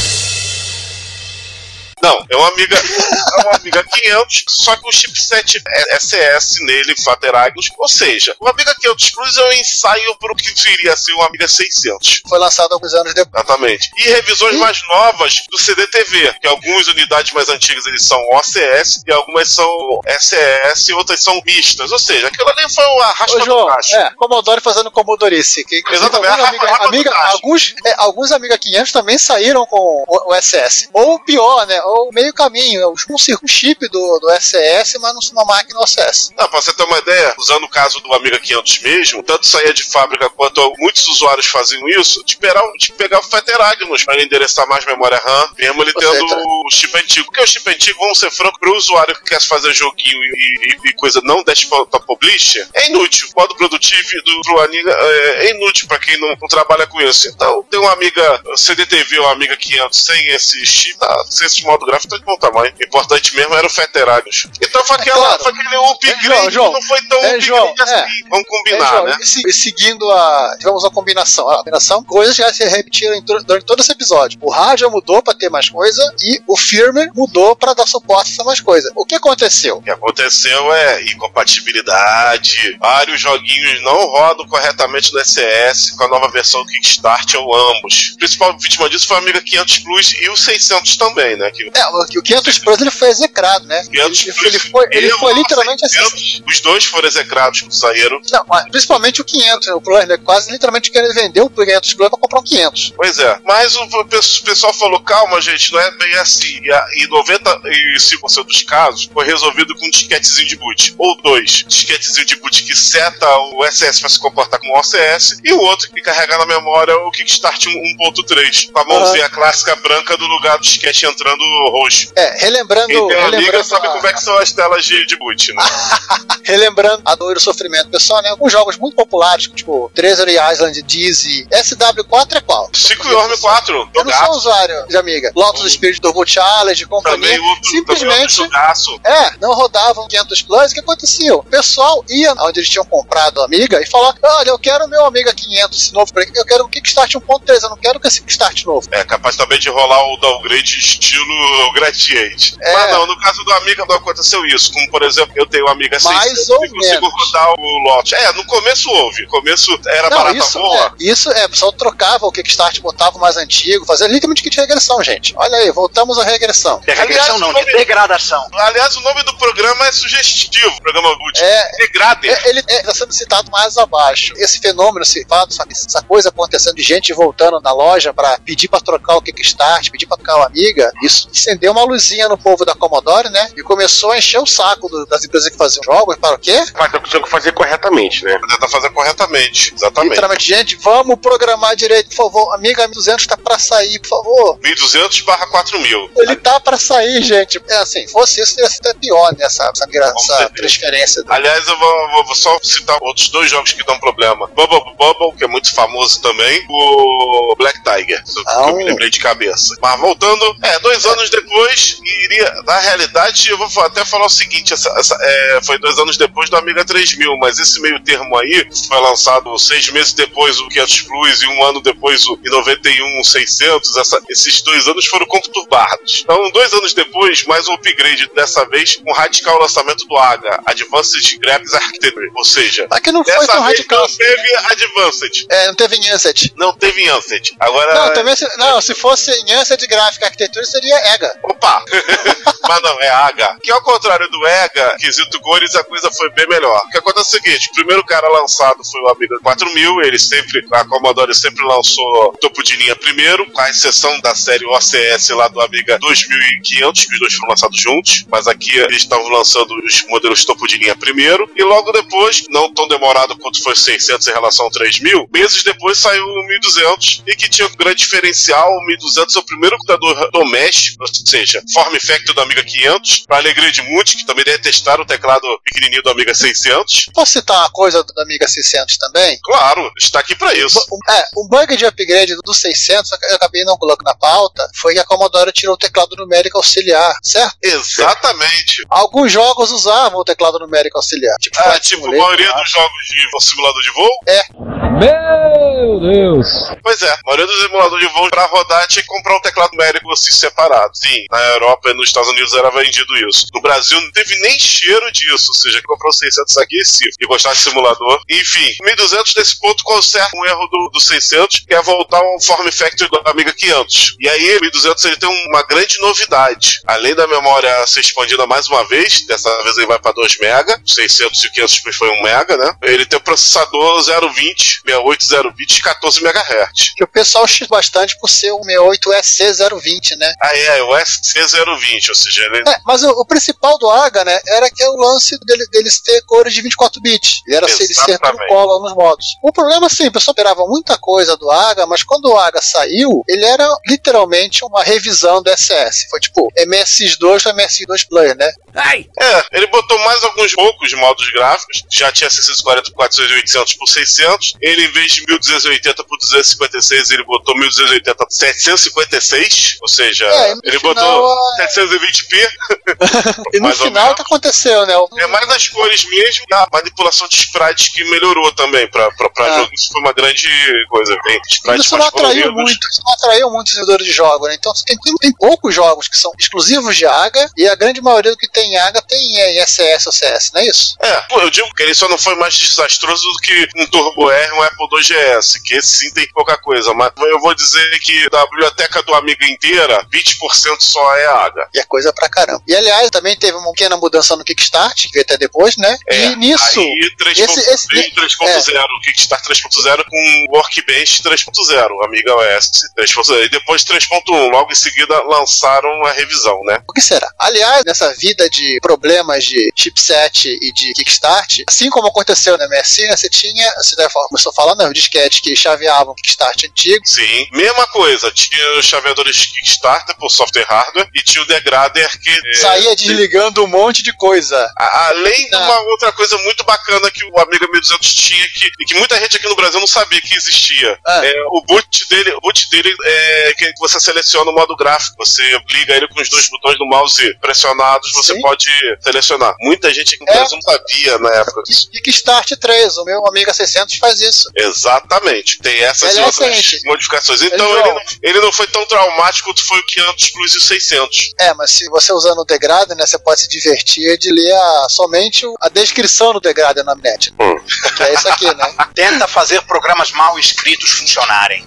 Não, é um Amiga, é um Amiga quinhentos, só que o chipset é S S nele, FAT-Ragnus, ou seja, o Amiga quinhentos Plus é um ensaio para o que viria a ser o Amiga seiscentos. Foi lançado alguns anos depois. Exatamente. E revisões mais novas do C D T V, que algumas unidades mais antigas eles são O C S e algumas são S S e outras são mistas. Ou seja, aquilo ali foi uma raspa Ô, do João, tacho. é, Commodore fazendo Commodorice. Que, inclusive, Exatamente, alguns a Amiga, rapa- a Amiga- rapa do tacho. alguns, é, alguns Amiga quinhentos também saíram com o, o S S. Ou pior, né? Ou meio caminho. É um, um chip do, do S S, mas não uma máquina O C S. Não, pra você ter uma ideia, usando o caso do Amiga quinhentos mesmo, tanto saía de fábrica quanto muitos usuários faziam isso, de pegar, de pegar o FAT-Ragnus para endereçar mais memória RAM, mesmo ele Ou tendo seja, o chip antigo. Porque o chip antigo, vamos ser francos, para o usuário que quer fazer joguinho e, e, e coisa não desktop publisher, é inútil. O modo produtivo do pro Amiga é, é inútil para quem não, não trabalha com isso. Então, tem uma Amiga C D T V ou Amiga quinhentos sem esse chip, tá, sem esse modo gráfico, tá de bom tamanho. O importante mesmo era o FAT-Ragnus. Então foi, aquela, claro. foi aquele upgrade É, João, João. que não foi tão É, upgrade João, assim. é. Vamos É, combinar, João, né? e se- e seguindo a. Tivemos uma combinação. A combinação, coisas que já se repetiram em to- durante todo esse episódio. O hardware mudou para ter mais coisa e o firmware mudou para dar suporte a essa mais coisa. O que aconteceu? O que aconteceu é incompatibilidade, vários joguinhos não rodam corretamente no S S com a nova versão do Kickstart ou ambos. A principal vítima disso foi a Amiga quinhentos Plus e o seiscentos também, né? Que É, o, o quinhentos Plus ele foi execrado, né? quinhentos Ele, ele foi, ele foi literalmente assim. Os dois foram execrados quando saíram. Não, mas principalmente o quinhentos, né? O Plus, né? Quase literalmente querendo vender o quinhentos Plus pra comprar um quinhentos. Pois é, mas o, o pessoal falou, calma gente, não é bem assim. E, a, e noventa e cinco por cento dos casos foi resolvido com um disquetezinho de boot. Ou dois, disquetezinho de boot que seta o S S para se comportar como O C S, e o outro que carrega na memória o Kickstart um ponto três, com a mãozinha uhum. clássica branca do lugar do disquete entrando roxo. É, relembrando... Quem tem relembrando amiga sabe a... como é que são as telas de, de boot, né? Relembrando a dor e o sofrimento pessoal, né? Alguns jogos muito populares, tipo Treasury Island, Dizzy, S W quatro é qual? Cinco e Orme quatro. Eu não sou usuário de Amiga. Lotus hum. Spirit Turbo Challenge, companhia. Outro, simplesmente é, não rodavam quinhentos Plus. O que acontecia? O pessoal ia onde eles tinham comprado a Amiga e falava: olha, eu quero o meu Amiga quinhentos novo, eu quero o Kickstart um ponto três, eu não quero esse Kickstart novo. É, capaz também de rolar o downgrade estilo Gradiente. É. Mas não, no caso do Amiga não aconteceu isso. Como, por exemplo, eu tenho o Amiga seiscentos e consigo menos. rodar o Lotus. É, no começo houve. No começo era não, barata isso, boa. É, isso é, o pessoal trocava o Kickstart, botava o mais antigo, fazia literalmente kit de regressão, gente. Olha aí, voltamos à regressão. É regressão. Aliás, não, nome, de degradação. Aliás, o nome do programa é sugestivo, o programa boot. É, Degrade. É, ele está sendo citado mais abaixo. Esse fenômeno, esse fato, sabe, essa coisa acontecendo de gente voltando na loja para pedir para trocar o Kickstart, pedir para trocar o Amiga, isso acendeu uma luzinha no povo da Commodore, né? E começou a encher o saco do, das empresas que faziam jogos. Para o quê? Mas tinha que fazer corretamente, né? Tentar fazer corretamente, exatamente. Literalmente, gente, vamos programar direito, por favor. Amiga mil e duzentos está para sair, por favor. mil e duzentos barra quatro mil. Ele tá para sair, gente. É assim, se fosse isso, ia ser pior, né? Essa, essa, essa transferência. Aliás, eu vou, vou, vou só citar outros dois jogos que dão problema. Bubble Bubble, que é muito famoso também, o Black Tiger, que eu me lembrei de cabeça. Mas voltando, é, dois anos depois, iria, na realidade, eu vou até falar o seguinte, essa, essa, é, foi dois anos depois do Amiga três mil, mas esse meio termo aí foi lançado seis meses depois o quinhentos Plus e um ano depois o noventa e um seiscentos, essa, esses dois anos foram conturbados. Então, dois anos depois, mais um upgrade, dessa vez, um radical lançamento do A G A, Advanced Graphics Architecture, ou seja, aqui não foi dessa tão vez radical. Não teve Advanced. É, não teve Enhanced. Não teve Enhanced. Agora... Não, também se, não, se fosse Enhanced Graphic Architecture seria E G A. Opa! Mas não, é A G A. Que ao contrário do E G A, quesito cores, a coisa foi bem melhor. O que acontece é o seguinte, o primeiro cara lançado foi o Amiga quatro mil, ele sempre, a Commodore sempre lançou topo de linha primeiro, com a exceção da série O C S lá do Amiga dois mil e quinhentos, que os dois foram lançados juntos, mas aqui eles estavam lançando os modelos topo de linha primeiro, e logo depois, não tão demorado quanto foi o seiscentos em relação ao três mil, meses depois saiu o mil e duzentos, e que tinha um grande diferencial, o mil e duzentos é o primeiro computador doméstico, ou seja, form factor do Amiga quinhentos, para alegria de muitos, que também detestaram o teclado pequenininho do Amiga seiscentos. Posso citar uma coisa do Amiga seiscentos também? Claro, está aqui para isso. Um, é, um bug de upgrade do seiscentos, eu acabei não colocando na pauta, foi que a Commodore tirou o teclado numérico auxiliar, certo? Exatamente. Alguns jogos usavam o teclado numérico auxiliar. Tipo, ah, tipo a maioria dos jogos de simulador de voo? É. Meu Deus! Pois é, a maioria dos emuladores de voo para rodar tinha que comprar um teclado numérico assim separado. Sim, na Europa e nos Estados Unidos era vendido isso. No Brasil não teve nem cheiro disso, ou seja, comprou o seiscentos aqui e se e gostar de simulador. Enfim, mil e duzentos nesse ponto conserta um erro do, do seiscentos, que é voltar ao form factor do Amiga quinhentos. E aí, mil e duzentos ele tem uma grande novidade. Além da memória ser expandida mais uma vez, dessa vez ele vai para dois mega, o seiscentos e o quinhentos foi um mega, né? Ele tem o processador zero vinte, sessenta e oito zero bit, quatorze megahertz. Que o pessoal x bastante por ser o sessenta e oito S C zero vinte, né? Ah, é, o S C zero vinte, ou seja, ele... É, mas o, o principal do A G A, né, era que é o lance dele, deles ter cores de vinte e quatro bits. Ele era ser, ele ser tudo cola nos modos. O problema, sim, o pessoal esperava muita coisa do A G A, mas quando o A G A saiu, ele era literalmente uma revisão do S S. Foi tipo M S X dois para M S X dois Player, né? Ai. É, ele botou mais alguns poucos modos gráficos, já tinha seiscentos e quarenta por quatrocentos e oitocentos por seiscentos, ele em vez de mil duzentos e oitenta por duzentos e cinquenta e seis, ele botou mil duzentos e oitenta por setecentos e cinquenta e seis, ou seja, é, ele final, botou a... setecentos e vinte p. E no final o que aconteceu, né? É mais as cores mesmo e a manipulação de sprites que melhorou também pra, pra, pra é. jogo. Isso foi uma grande coisa. Tem sprites isso não atraiu muito, isso não atraiu muito os vendedores de jogos, né? Então tem, tem, tem poucos jogos que são exclusivos de A G A e a grande maioria do que tem tem AGA, tem I S S ou C S, não é isso? É, pô, eu digo que ele só não foi mais desastroso do que um Turbo R, um Apple dois G S, que esse sim tem pouca coisa, mas eu vou dizer que da biblioteca do Amiga inteira, vinte por cento só é AGA. E é coisa pra caramba. E aliás, também teve uma pequena mudança no Kickstart, que veio até depois, né? É, e nisso... Aí três ponto zero, o Kickstart três ponto zero com Workbench três ponto zero, Amiga O S três ponto zero. E depois três ponto um, logo em seguida lançaram a revisão, né? O que será? Aliás, nessa vida de problemas de chipset e de Kickstart, assim como aconteceu na M S I, você tinha, você começou a falar, né, os disquetes que chaveavam o Kickstart antigo. Sim, mesma coisa, tinha os chaveadores de Kickstarter por software e hardware e tinha o degrader que... Saía é, desligando um monte de coisa. Além de uma outra coisa muito bacana que o Amiga mil e duzentos tinha que, e que muita gente aqui no Brasil não sabia que existia. Ah. É, o boot dele, o boot dele é que você seleciona o modo gráfico, você liga ele com os dois botões do mouse pressionados, você Sim. pode selecionar. Muita gente aqui no é. Brasil não sabia na época disso. E Kickstart três, o meu Amiga seiscentos faz isso. Exatamente, tem essas é outras excelente. modificações. Então ele, ele, não, ele não foi tão traumático quanto foi o quinhentos Plus e o seiscentos. É, mas se você usando o degrader, né, você pode se divertir de ler a, somente a descrição do degrader na net. Hum. Que é isso aqui, né? Tenta fazer programas mal escritos funcionarem.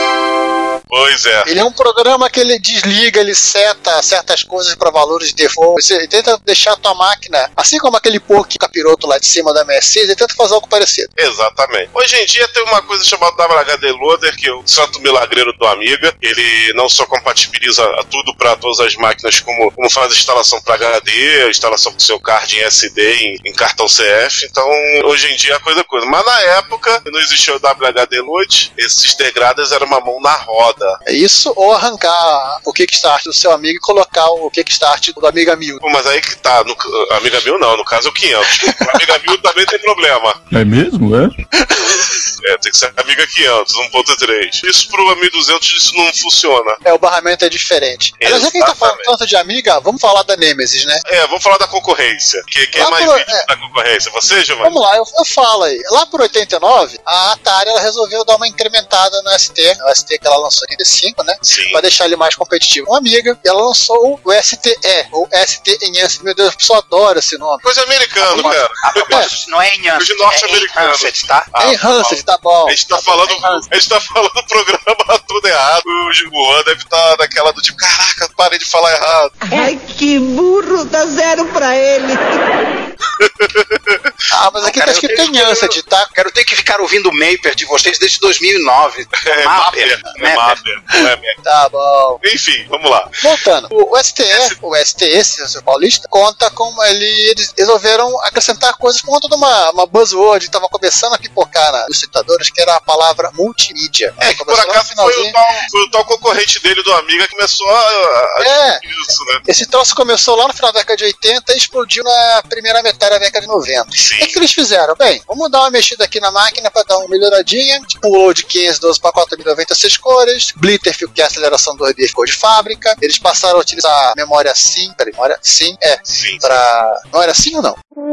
Pois é. Ele é um programa que ele desliga, ele seta certas coisas para valores de default. Você tenta deixar a tua máquina, assim como aquele porco capiroto lá de cima da M S seis, ele tenta fazer algo parecido. Exatamente. Hoje em dia tem uma coisa chamada W H D Loader, que é o santo milagreiro do Amiga. Ele não só compatibiliza tudo para todas as máquinas, como, como faz a instalação para H D, a instalação do seu card em S D, em, em cartão C F. Então, hoje em dia é coisa coisa. Mas na época, não existia o W H D Load, esses degraders eram uma mão na roda. É isso, ou arrancar o Kickstart do seu amigo e colocar o Kickstart do Amiga mil. Mas aí que tá, no Amiga mil não, no caso é o quinhentos. O Amiga mil também tem problema. É mesmo, é? É, tem que ser Amiga quinhentos, um ponto três. Isso pro mil e duzentos isso não funciona. É, o barramento é diferente. Aliás, já que a gente tá falando tanto de Amiga, vamos falar da Nemesis, né? É, vamos falar da concorrência. Que, quem é mais por, vídeo é, da concorrência? Você, Giovanni? Vamos lá, eu, eu falo aí. Lá por oitenta e nove, a Atari ela resolveu dar uma incrementada no S T. O S T que ela lançou em oitenta e cinco, né? Sim. Pra deixar ele mais competitivo com a Amiga. E ela lançou o S T E, ou S T Enhanced. Meu Deus, a pessoa adora esse nome. Coisa americana, a, cara. A propósito, é. não é Enhanced, é Enhanced, tá? Ah, é Enhanced, tá bom. A gente tá, tá falando, a gente tá falando o programa tudo errado. O Juan deve estar tá naquela do tipo, caraca, parei de falar errado. Ai, que burro, dá zero pra ele. Ah, mas aqui não, cara, tá escrito Enhanced, tá? Quero ter que ficar ouvindo o Maper de vocês desde dois mil e nove. É, Maper. É Maper. É tá bom. Enfim, vamos lá. Voltando. O S T E, o S T E, se paulista, conta como ele, eles resolveram acrescentar coisas por conta de uma, uma buzzword que tava começando a pipocar na, nos citadores, que era a palavra multimídia. É, que por acaso foi o, tal, foi o tal concorrente dele do Amiga que começou a, a é, isso, né? Esse troço começou lá no final da década de oitenta e explodiu na primeira metade da década de noventa. Sim. O que, que eles fizeram? Bem, vamos dar uma mexida aqui na máquina para dar uma melhoradinha. Pulou de quinze, doze para quatro mil e noventa e seis cores. Blitterfield, que é a aceleração dois D, ficou de fábrica. Eles passaram a utilizar memória SIM. Peraí, memória SIM? É. Sim. Pra... Memória SIM ou não?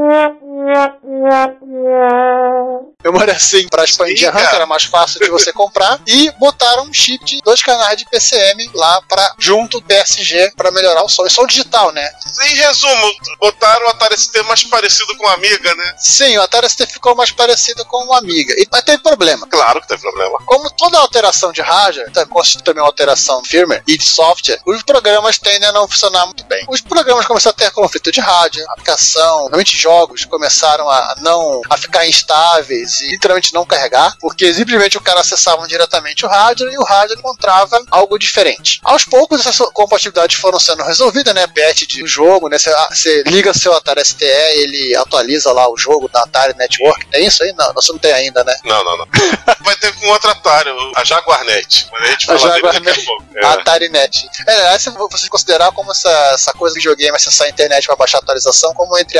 Memória SIM para expandir a RAM, que era mais fácil de você comprar. E botaram um chip de dois canais de P C M lá para junto do P S G para melhorar o som. E som digital, né? Em resumo, botaram o Atari S T mais parecido com a Amiga, né? Sim, o Atari S T ficou mais parecido com o Amiga. E, mas teve problema. Claro que teve problema. Como toda alteração de hardware, constitui também uma alteração de firmware e de software, os programas tendem a não funcionar muito bem. Os programas começaram a ter conflito de hardware, aplicação, realmente jogos começaram a não a ficar instáveis e literalmente não carregar, porque simplesmente o cara acessava diretamente o hardware e o hardware encontrava algo diferente. Aos poucos essas compatibilidades foram sendo resolvidas, né? Patch de jogo, né? Você liga seu Atari S T E, ele atualiza lá o jogo da Atari Network. É isso aí? Não, você não tem ainda, né? Não, não, não. Vai ter com outra Atari, a Jaguarnet. A gente a Jaguarnet. A Atari Net. É, essa vocês considerar como essa, essa coisa de videogame, acessar a internet para baixar a atualização, como entre aspas é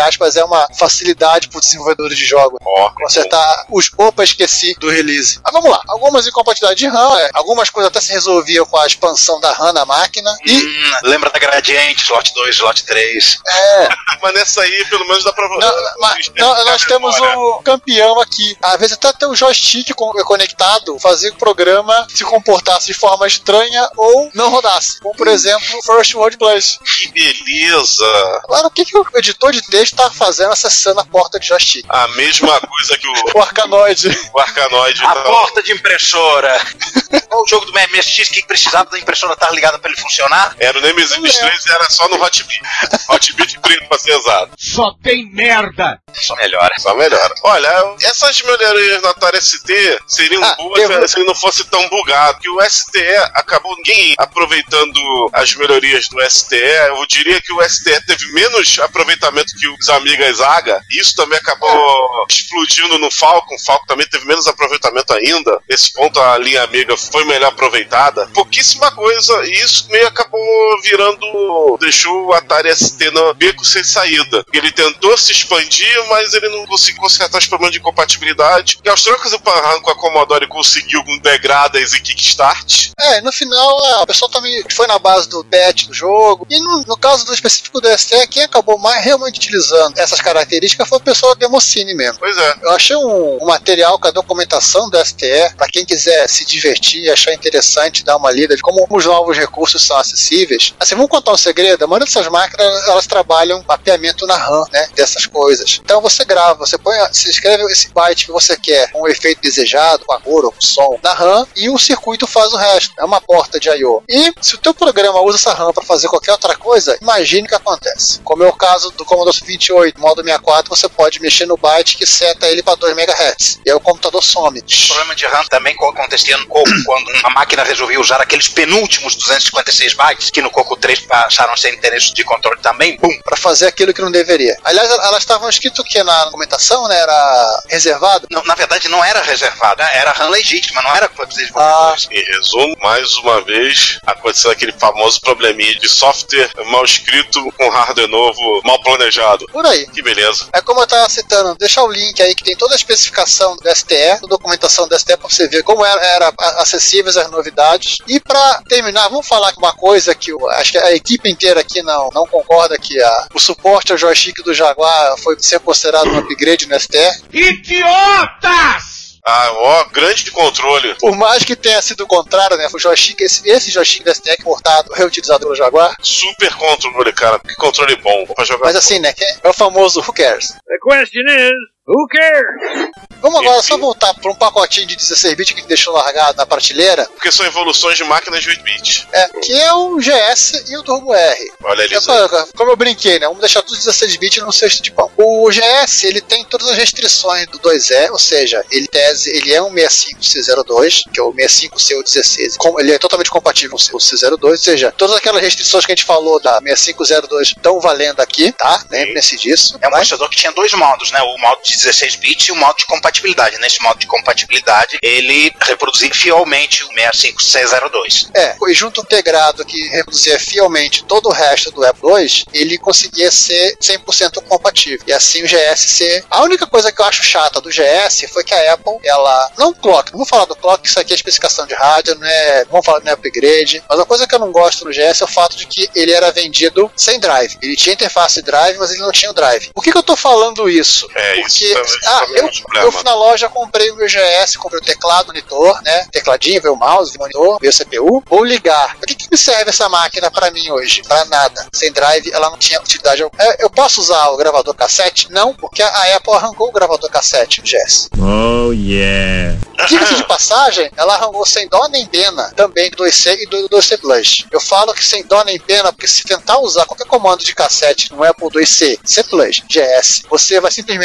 é uma facilidade para os desenvolvedores de jogos. Ó, Consertar os opa, esqueci do release. Mas vamos lá, algumas incompatibilidades de RAM, é, algumas coisas até se resolviam com a expansão da RAM na máquina. E hum, lembra da Gradiente, slot dois, slot três. é, mas nessa aí, pelo menos dá pra... Não, mas, não, nós temos um campeão aqui. Às vezes até ter um joystick conectado, fazia que o programa se comportasse de forma estranha ou não rodasse. Como, por exemplo, First World Place. Que beleza! Agora, o que, que o editor de texto está fazendo acessando a porta de joystick? A mesma coisa que o, O Arcanoid. o Arcanoid. A tá- porta de impressora. Qual o jogo do M S X que precisava da impressora estar ligada pra ele funcionar? Era o Nemesis três e era só no Hotbit. Hotbit preto, pra ser exato. Só tem merda! Só melhora. Só melhora. Olha, essas melhorias na Atari S T seriam Ah, boas eu- se ele não fosse tão bugado. Porque o S T E acabou ninguém aproveitando as melhorias do S T E. Eu diria que o S T E teve menos aproveitamento que os Amigas Aga. Isso também acabou explodindo no Falcon. O Falcon também teve menos aproveitamento ainda. Nesse ponto, a linha Amiga foi melhor aproveitada. Pouquíssima coisa. E isso meio acabou virando... Deixou o Atari S T no beco sem saída. Ele tentou se expandir, mas ele não conseguiu consertar os problemas de compatibilidade. E aos trancos e barrancos, a Commodore conseguiu com degradas e kickstart. É, no final, a pessoa também foi na base do patch do jogo. E no, no caso do específico do S T E, quem acabou mais realmente utilizando essas características foi o pessoal da Demoscene mesmo. Pois é. Eu achei um, um material com a documentação do S T E, para quem quiser se divertir e achar interessante, dar uma lida de como os novos recursos são acessíveis. Assim, vamos contar um segredo: a maioria dessas máquinas, elas trabalham mapeamento na RAM, né, dessas coisas. Então você grava, você põe, você escreve esse byte que você quer, com o efeito desejado, com a cor ou com o som, na RAM, e o circuito faz o resto. É uma porta de I O. E se o teu programa usa essa RAM para fazer qualquer outra coisa, imagine o que acontece. Como é o caso do Commodore vinte e oito, modo sessenta e quatro, você pode mexer no byte que seta ele para dois megahertz. E aí o computador some. O problema de RAM também acontecia no Coco, quando uma máquina resolvia usar aqueles penúltimos duzentos e cinquenta e seis bytes, que no Coco três acharam sem interesse de controle também, bum. Para fazer aquilo que não deveria. Aliás, elas estavam escrito que na documentação, né, era reservado. Não, na verdade não era reservada, era RAM legítima, não era para os Ah, desenvolvedores. Em resumo, mais uma vez, aconteceu aquele famoso probleminha de software mal escrito com hardware novo mal planejado. por aí. Que beleza. É como eu estava citando, deixar o link aí que tem toda a especificação do S T E, a documentação do S T E, para você ver como era, era acessíveis as novidades. E para terminar, vamos falar uma coisa que eu acho que a equipe inteira aqui não, não concorda, que a, o suporte ao joystick do Jaguar foi ser considerado um upgrade no S T E. Idiotas! Ah, ó, grande controle. Por mais que tenha sido o contrário, né? O joystick, esse, esse joystick do S T E portado, reutilizado pelo Jaguar. Super controle, cara. Que controle bom pra jogar. Mas assim, né? que É o famoso who cares. The question is, who cares? Vamos agora só voltar para um pacotinho de dezesseis bits que a gente deixou largado na prateleira. Porque são evoluções de máquinas de oito bits. É, que é o G S e o Turbo R. Olha ali. É, co- como eu brinquei, né? Vamos deixar tudo dezesseis bits no cesto de pão. O G S, ele tem todas as restrições do dois E, ou seja, ele, tese, ele é um sessenta e cinco C zero dois, que é o sessenta e cinco C ou dezesseis. Com- Ele é totalmente compatível com o C zero dois, ou seja, todas aquelas restrições que a gente falou da sessenta e cinco zero dois estão valendo aqui, tá? Lembre-se disso. É um Mas- processador que tinha dois modos, né? O modo de dezesseis bits e o modo de compatibilidade. Nesse modo de compatibilidade, ele reproduzia fielmente o sessenta e cinco C zero dois. É, e junto integrado que reproduzia fielmente todo o resto do Apple dois, ele conseguia ser cem por cento compatível. E assim o G S ser... A única coisa que eu acho chata do G S foi que a Apple, ela... Não clock, não vou falar do clock, isso aqui é especificação de rádio, não é... Não vamos falar de upgrade. Mas uma coisa que eu não gosto no G S é o fato de que ele era vendido sem drive. Ele tinha interface drive, mas ele não tinha o drive. Por que que eu tô falando isso? É, Porque... isso também, ah, também é eu, um problema. eu fui na loja, comprei o meu G S, comprei o teclado, monitor, né? Tecladinho, veio o mouse, veio o monitor, veio o C P U. Vou ligar. Pra que que me serve essa máquina pra mim hoje? Pra nada. Sem drive, ela não tinha utilidade. Eu, eu posso usar o gravador cassete? Não, porque a Apple arrancou o gravador cassete do G S. Oh, yeah. Diga-se de passagem, ela arrancou sem dó nem pena também do dois C e do dois C Plus. Eu falo que sem dó nem pena, porque se tentar usar qualquer comando de cassete no Apple dois C, C Plus, G S, você vai simplesmente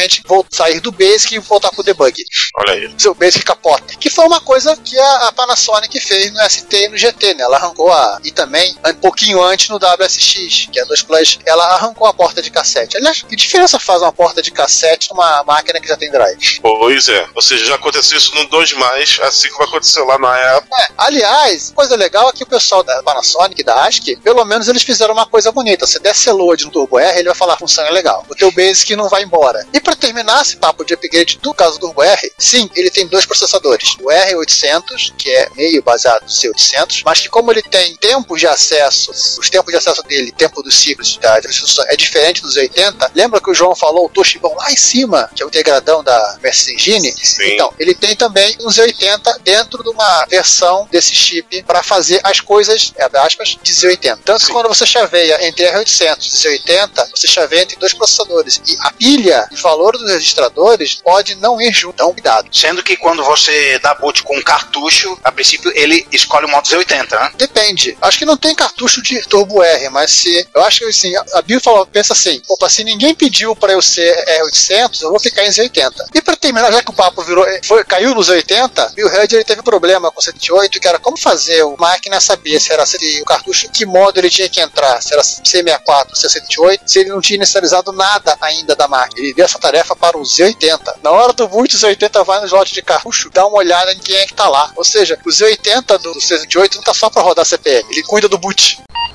sair do Basic e voltar pro debug. Olha aí. Seu Basic capota. Que foi uma coisa que a, a Panasonic fez no S T e no G T, né? Ela arrancou a... E também, um pouquinho antes no W S X, que é dois plus, ela arrancou a porta de cassete. Aliás, que diferença faz uma porta de cassete numa máquina que já tem drive? Pois é. Ou seja, já aconteceu isso no dois mais, assim como aconteceu lá na época. É, aliás, coisa legal é que o pessoal da Panasonic, da ASCII, pelo menos eles fizeram uma coisa bonita. Se der C-Load no Turbo R, ele vai falar, a função é legal. O teu Basic não vai embora. E pra terminar esse papo de upgrade do caso do Turbo R, sim, ele tem dois processadores. O R oitocentos, que é meio baseado no C oitocentos, mas que como ele tem tempos de acesso, os tempos de acesso dele, tempo dos ciclos da instrução é diferente dos oitenta. Lembra que o João falou o Toshibão lá em cima, que é o integradão da Mercedes Engine? Sim. Então, ele tem também um Z oitenta dentro de uma versão desse chip para fazer as coisas, abre aspas, de Z oitenta. Tanto que quando você chaveia entre R oitocentos e Z oitenta, você chaveia entre dois processadores. E a pilha e valor dos registradores pode não ir junto. Então, cuidado. Sendo que quando você dá boot com um cartucho, a princípio ele escolhe o modo Z oitenta, né? Depende. Acho que não tem cartucho de Turbo R, mas se... Eu acho que assim, a Bill falou, pensa assim, opa, se ninguém pediu para eu ser R oitocentos, eu vou ficar em Z oitenta. E para terminar, já que o papo virou, foi, caiu no Z oitenta, Bill Hudge ele teve problema com o setenta e oito, que era como fazer a máquina saber se era se, o cartucho, que modo ele tinha que entrar, se era C sessenta e quatro, C setenta e oito, se ele não tinha inicializado nada ainda da máquina. Ele deu essa tarefa para o Z oitenta. Na hora do boot, o Z oitenta vai no slot de cartucho, dá uma olhada em quem é que tá lá. Ou seja, o Z oitenta do C setenta e oito não tá só para rodar C P M, ele cuida do boot.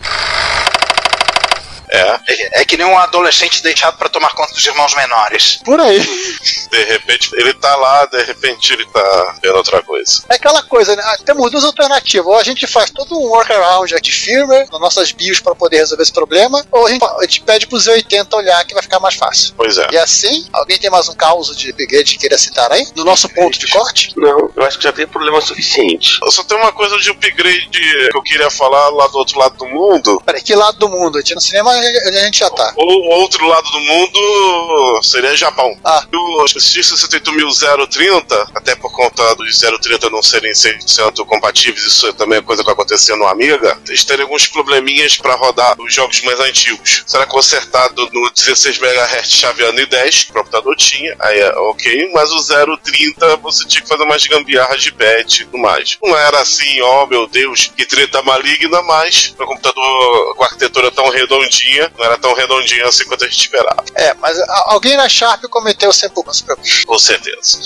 É. É, é que nem um adolescente deixado pra tomar conta dos irmãos menores. Por aí. De repente ele tá lá, de repente ele tá vendo outra coisa. É aquela coisa, né? Ah, temos duas alternativas. Ou a gente faz todo um workaround de firmware nas nossas BIOS pra poder resolver esse problema, ou a gente, a gente pede pro Z oitenta olhar que vai ficar mais fácil. Pois é. E assim, alguém tem mais um caso de upgrade que queira citar aí? No nosso ponto de corte? Não, eu acho que já tem problema suficiente. Eu só tenho uma coisa de upgrade que eu queria falar lá do outro lado do mundo. Peraí, que lado do mundo? A gente no cinema onde a gente já tá. O outro lado do mundo seria Japão. Ah. O X sessenta e oito mil zero trinta, até por conta dos zero trinta não serem cem por cento compatíveis, isso também é coisa que aconteceu no Amiga, eles teriam alguns probleminhas para rodar os jogos mais antigos. Será consertado no dezesseis megahertz chaveando em dez, que o computador tinha, aí é ok, mas o zero trinta você tinha que fazer umas gambiarras de patch e tudo mais. Não era assim, ó oh, meu Deus, que treta maligna, mas o computador com a arquitetura tão redondinha, não era tão redondinha assim quanto a gente esperava. É, mas a, alguém na Sharp cometeu sempre não se preocupe. Com certeza.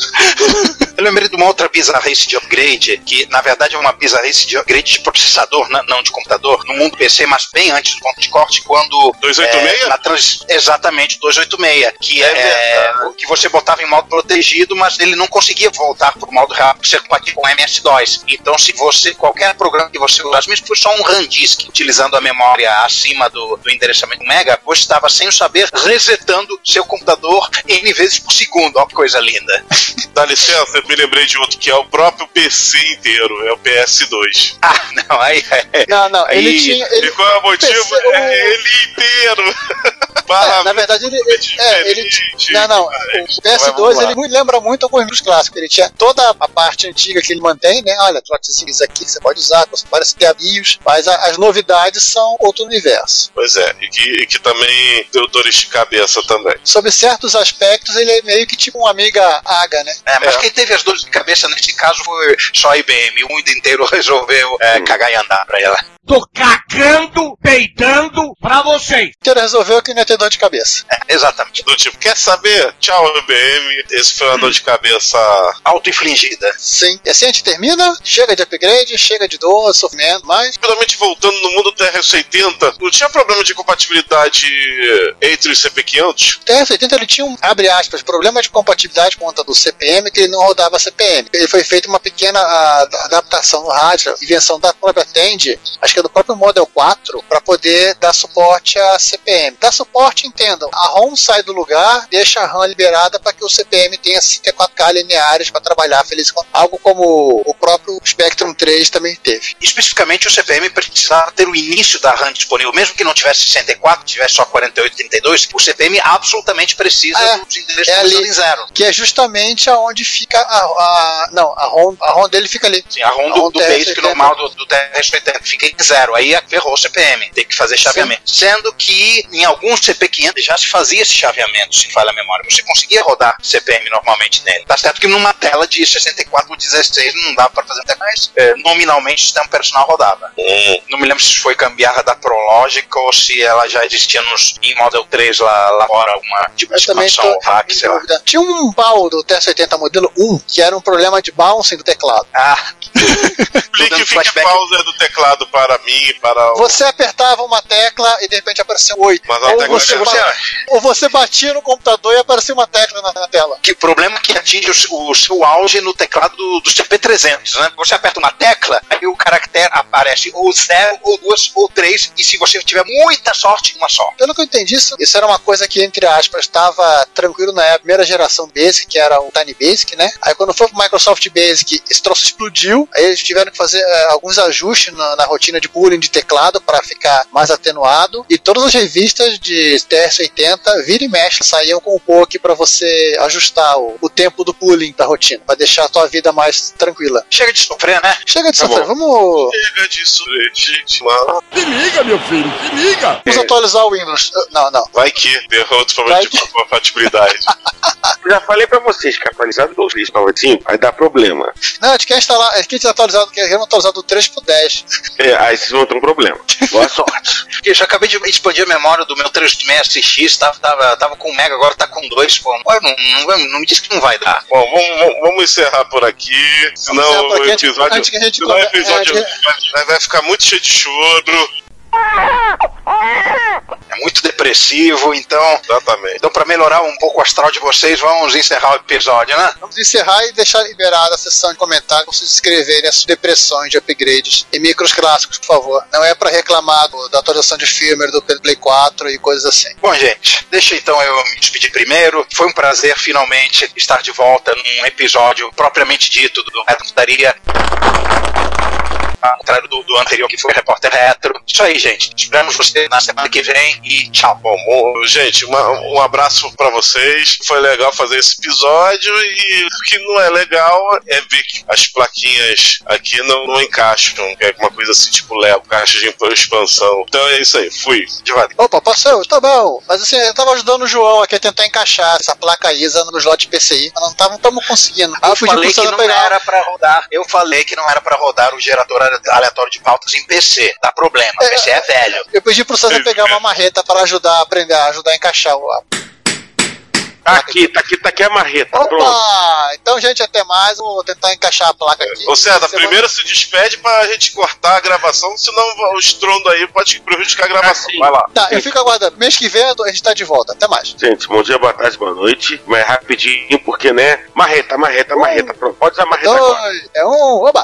Eu lembrei de uma outra bizarrice de upgrade, que na verdade é uma bizarrice de upgrade de processador, não de computador, no mundo P C, mas bem antes do ponto de corte, quando... duzentos e oitenta e seis? É, na trans, exatamente, duzentos e oitenta e seis, que é, é que você botava em modo protegido, mas ele não conseguia voltar para o modo real, por ser compatível com M S dois. Então, se você, qualquer programa que você usasse, mesmo que fosse só um RAM disk, utilizando a memória acima do, do endereçamento mega, você estava sem o saber resetando seu computador N vezes por segundo. Ó, que coisa linda. Dá licença, eu me lembrei de outro que é o próprio P C inteiro, é o P S dois. Ah, não, aí... Não, não, aí, ele tinha... Ele, e qual é o motivo? P C, é o... ele inteiro. É, na verdade, ele, ele, é, ele não, não, o P S dois ele lembra muito alguns livros clássicos. Ele tinha toda a parte antiga que ele mantém, né? Olha, trotezinhos aqui que você pode usar, parece ter BIOS, mas a, as novidades são outro universo. Pois é, e que, e que também deu dores de cabeça também. Sob certos aspectos, ele é meio que tipo um Amiga Aga, né? É, mas é. quem teve as dores de cabeça nesse caso foi só a I B M. O mundo inteiro resolveu é, hum. cagar e andar pra ela. Tô cagando, peidando pra vocês. Ele resolveu que não ia ter dor de cabeça. É, exatamente. Do tipo, quer saber? Tchau, I B M. Esse foi uma dor de cabeça auto-infligida. Sim. E assim a gente termina. Chega de upgrade, chega de dor, sofrimento, mas... Finalmente voltando no mundo T R S oitenta, não tinha problema de compatibilidade entre os C P quinhentos? O T R S oitenta ele tinha um, abre aspas, problema de compatibilidade por conta do C P M, que ele não rodava C P M. Ele foi feita uma pequena a, adaptação no rádio, invenção da própria Tandy, acho que é do próprio Model quatro, para poder dar suporte a C P M. Dar suporte, entendam, a ROM sai do lugar, deixa a RAM liberada para que o C P M tenha sessenta e quatro K lineares para trabalhar feliz com algo como o próprio Spectrum três também teve. Especificamente o C P M precisava ter o início da RAM disponível, mesmo que não tivesse sessenta e quatro, tivesse só quarenta e oito, trinta e dois, o C P M absolutamente precisa é, dos endereços é ali, em zero. Que é justamente aonde fica a, a não, a ROM, a ROM dele fica ali. Sim, a ROM, a ROM do, do Basic normal do, do T R S oitenta fica em zero. Aí ferrou o C P M, tem que fazer chaveamento. Sim. Sendo que em alguns C P quinhentos já se fazia esse chaveamento, se falha a memória. Você conseguia rodar C P M normalmente nele. Tá certo que numa tela de sessenta e quatro por dezesseis não dava para fazer até mais. É, nominalmente o sistema operacional rodava. Hum. Não me lembro se foi gambiarra da Prologic ou se ela já existia nos, em Model três lá, lá fora, alguma tipo de expansão ou hack, sei lá. Tinha um pau do T S oitenta modelo um que era um problema de bouncing do teclado. Ah, explique o que é pausa do teclado para mim, para o... Você apertava uma tecla e de repente apareceu um oito. Mas ou, você, você, ou você batia no computador e aparecia uma tecla na, na tela. Que problema que atinge o, o seu auge no teclado do, do C P trezentos, né? Você aperta uma tecla, aí o caractere aparece ou zero, ou duas, ou três, e se você tiver muita sorte, uma só. Pelo que eu entendi, isso, isso era uma coisa que, entre aspas, estava tranquilo na primeira geração Basic, que era o Tiny Basic, né? Aí quando foi pro Microsoft Basic, esse troço explodiu, aí eles tiveram que fazer uh, alguns ajustes na, na rotina de pooling de teclado para ficar mais atenuado, e todas as revistas de T S oitenta, vira e mexe, saíam com um pouco para você ajustar o, o tempo do pooling da rotina, para deixar a tua vida mais tranquila. Chega de sofrer, né? Chega de tá sofrer, bom. vamos... Chega de sofrer, gente, mano. Se liga, meu filho, se liga! Vamos é. atualizar o Windows. Não, não. Vai que derrou outro problema de compatibilidade. Já falei pra vocês que atualizado do três para cinco vai dar problema. Não, a gente quer instalar, a gente quer atualizado, queremos atualizar do três pro dez. É, aí vocês vão ter um problema. Boa sorte. Porque eu já acabei de expandir a memória do meu trezentos e sessenta X, tava, tava, tava com um mega, agora tá com dois, pô. Não, não, não me diz que não vai dar. Bom, vamos, vamos encerrar por aqui, senão o episódio, antes que a gente senão o come... episódio é, vai, vai ficar muito cheio de choro. É muito depressivo, então... Exatamente. Então, pra melhorar um pouco o astral de vocês, vamos encerrar o episódio, né? Vamos encerrar e deixar liberada a sessão de comentários pra vocês escreverem as depressões de upgrades e micros clássicos, por favor. Não é pra reclamar do, da atualização de firmware do Play quatro e coisas assim. Bom, gente, deixa então eu me despedir primeiro. Foi um prazer finalmente estar de volta num episódio propriamente dito do Retrocomputaria. Ao contrário do, do anterior, que foi o Repórter Retro. Isso aí, gente. Esperamos você na semana que vem e tchau. Bom, gente, uma, um abraço pra vocês. Foi legal fazer esse episódio e o que não é legal é ver que as plaquinhas aqui não, não encaixam. É uma coisa assim, tipo Lego, caixa de expansão. Então é isso aí, fui. Devagar. Opa, passou, tá bom. Mas assim, eu tava ajudando o João aqui a tentar encaixar essa placa I S A no slot P C I. Mas não estamos conseguindo. Eu falei que não pegar. era pra rodar. Eu falei que não era pra rodar o gerador aleatório de pautas em P C. Dá problema. É, P C é velho. Eu pedi pro César pegar uma marreta para ajudar a aprender, ajudar a encaixar o. Tá aqui, tá aqui, tá aqui a marreta. Opa! Pronto. Então, gente, até mais. Vou tentar encaixar a placa aqui. Ô César, primeiro vai... se despede pra gente cortar a gravação, senão o estrondo aí pode prejudicar a gravação. Ah, vai lá. Tá, eu fico aguardando. Mês que vem a gente tá de volta. Até mais. Gente, bom dia, boa tarde, boa noite. Mas rapidinho, porque, né? Marreta, marreta, um, marreta. Pronto, pode usar marreta dois, agora. É um... Oba!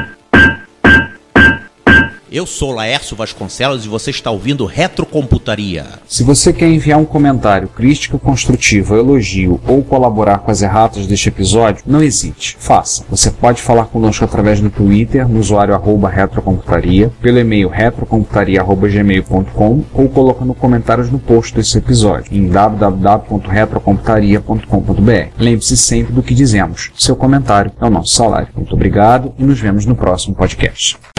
Eu sou Laércio Vasconcelos e você está ouvindo Retrocomputaria. Se você quer enviar um comentário crítico, construtivo, elogio ou colaborar com as erratas deste episódio, não hesite, faça. Você pode falar conosco através do Twitter, no usuário arroba retrocomputaria, pelo e-mail retrocomputaria arroba gmail ponto com ou colocando comentários no post desse episódio em w w w ponto retrocomputaria ponto com ponto b r. Lembre-se sempre do que dizemos. Seu comentário é o nosso salário. Muito obrigado e nos vemos no próximo podcast.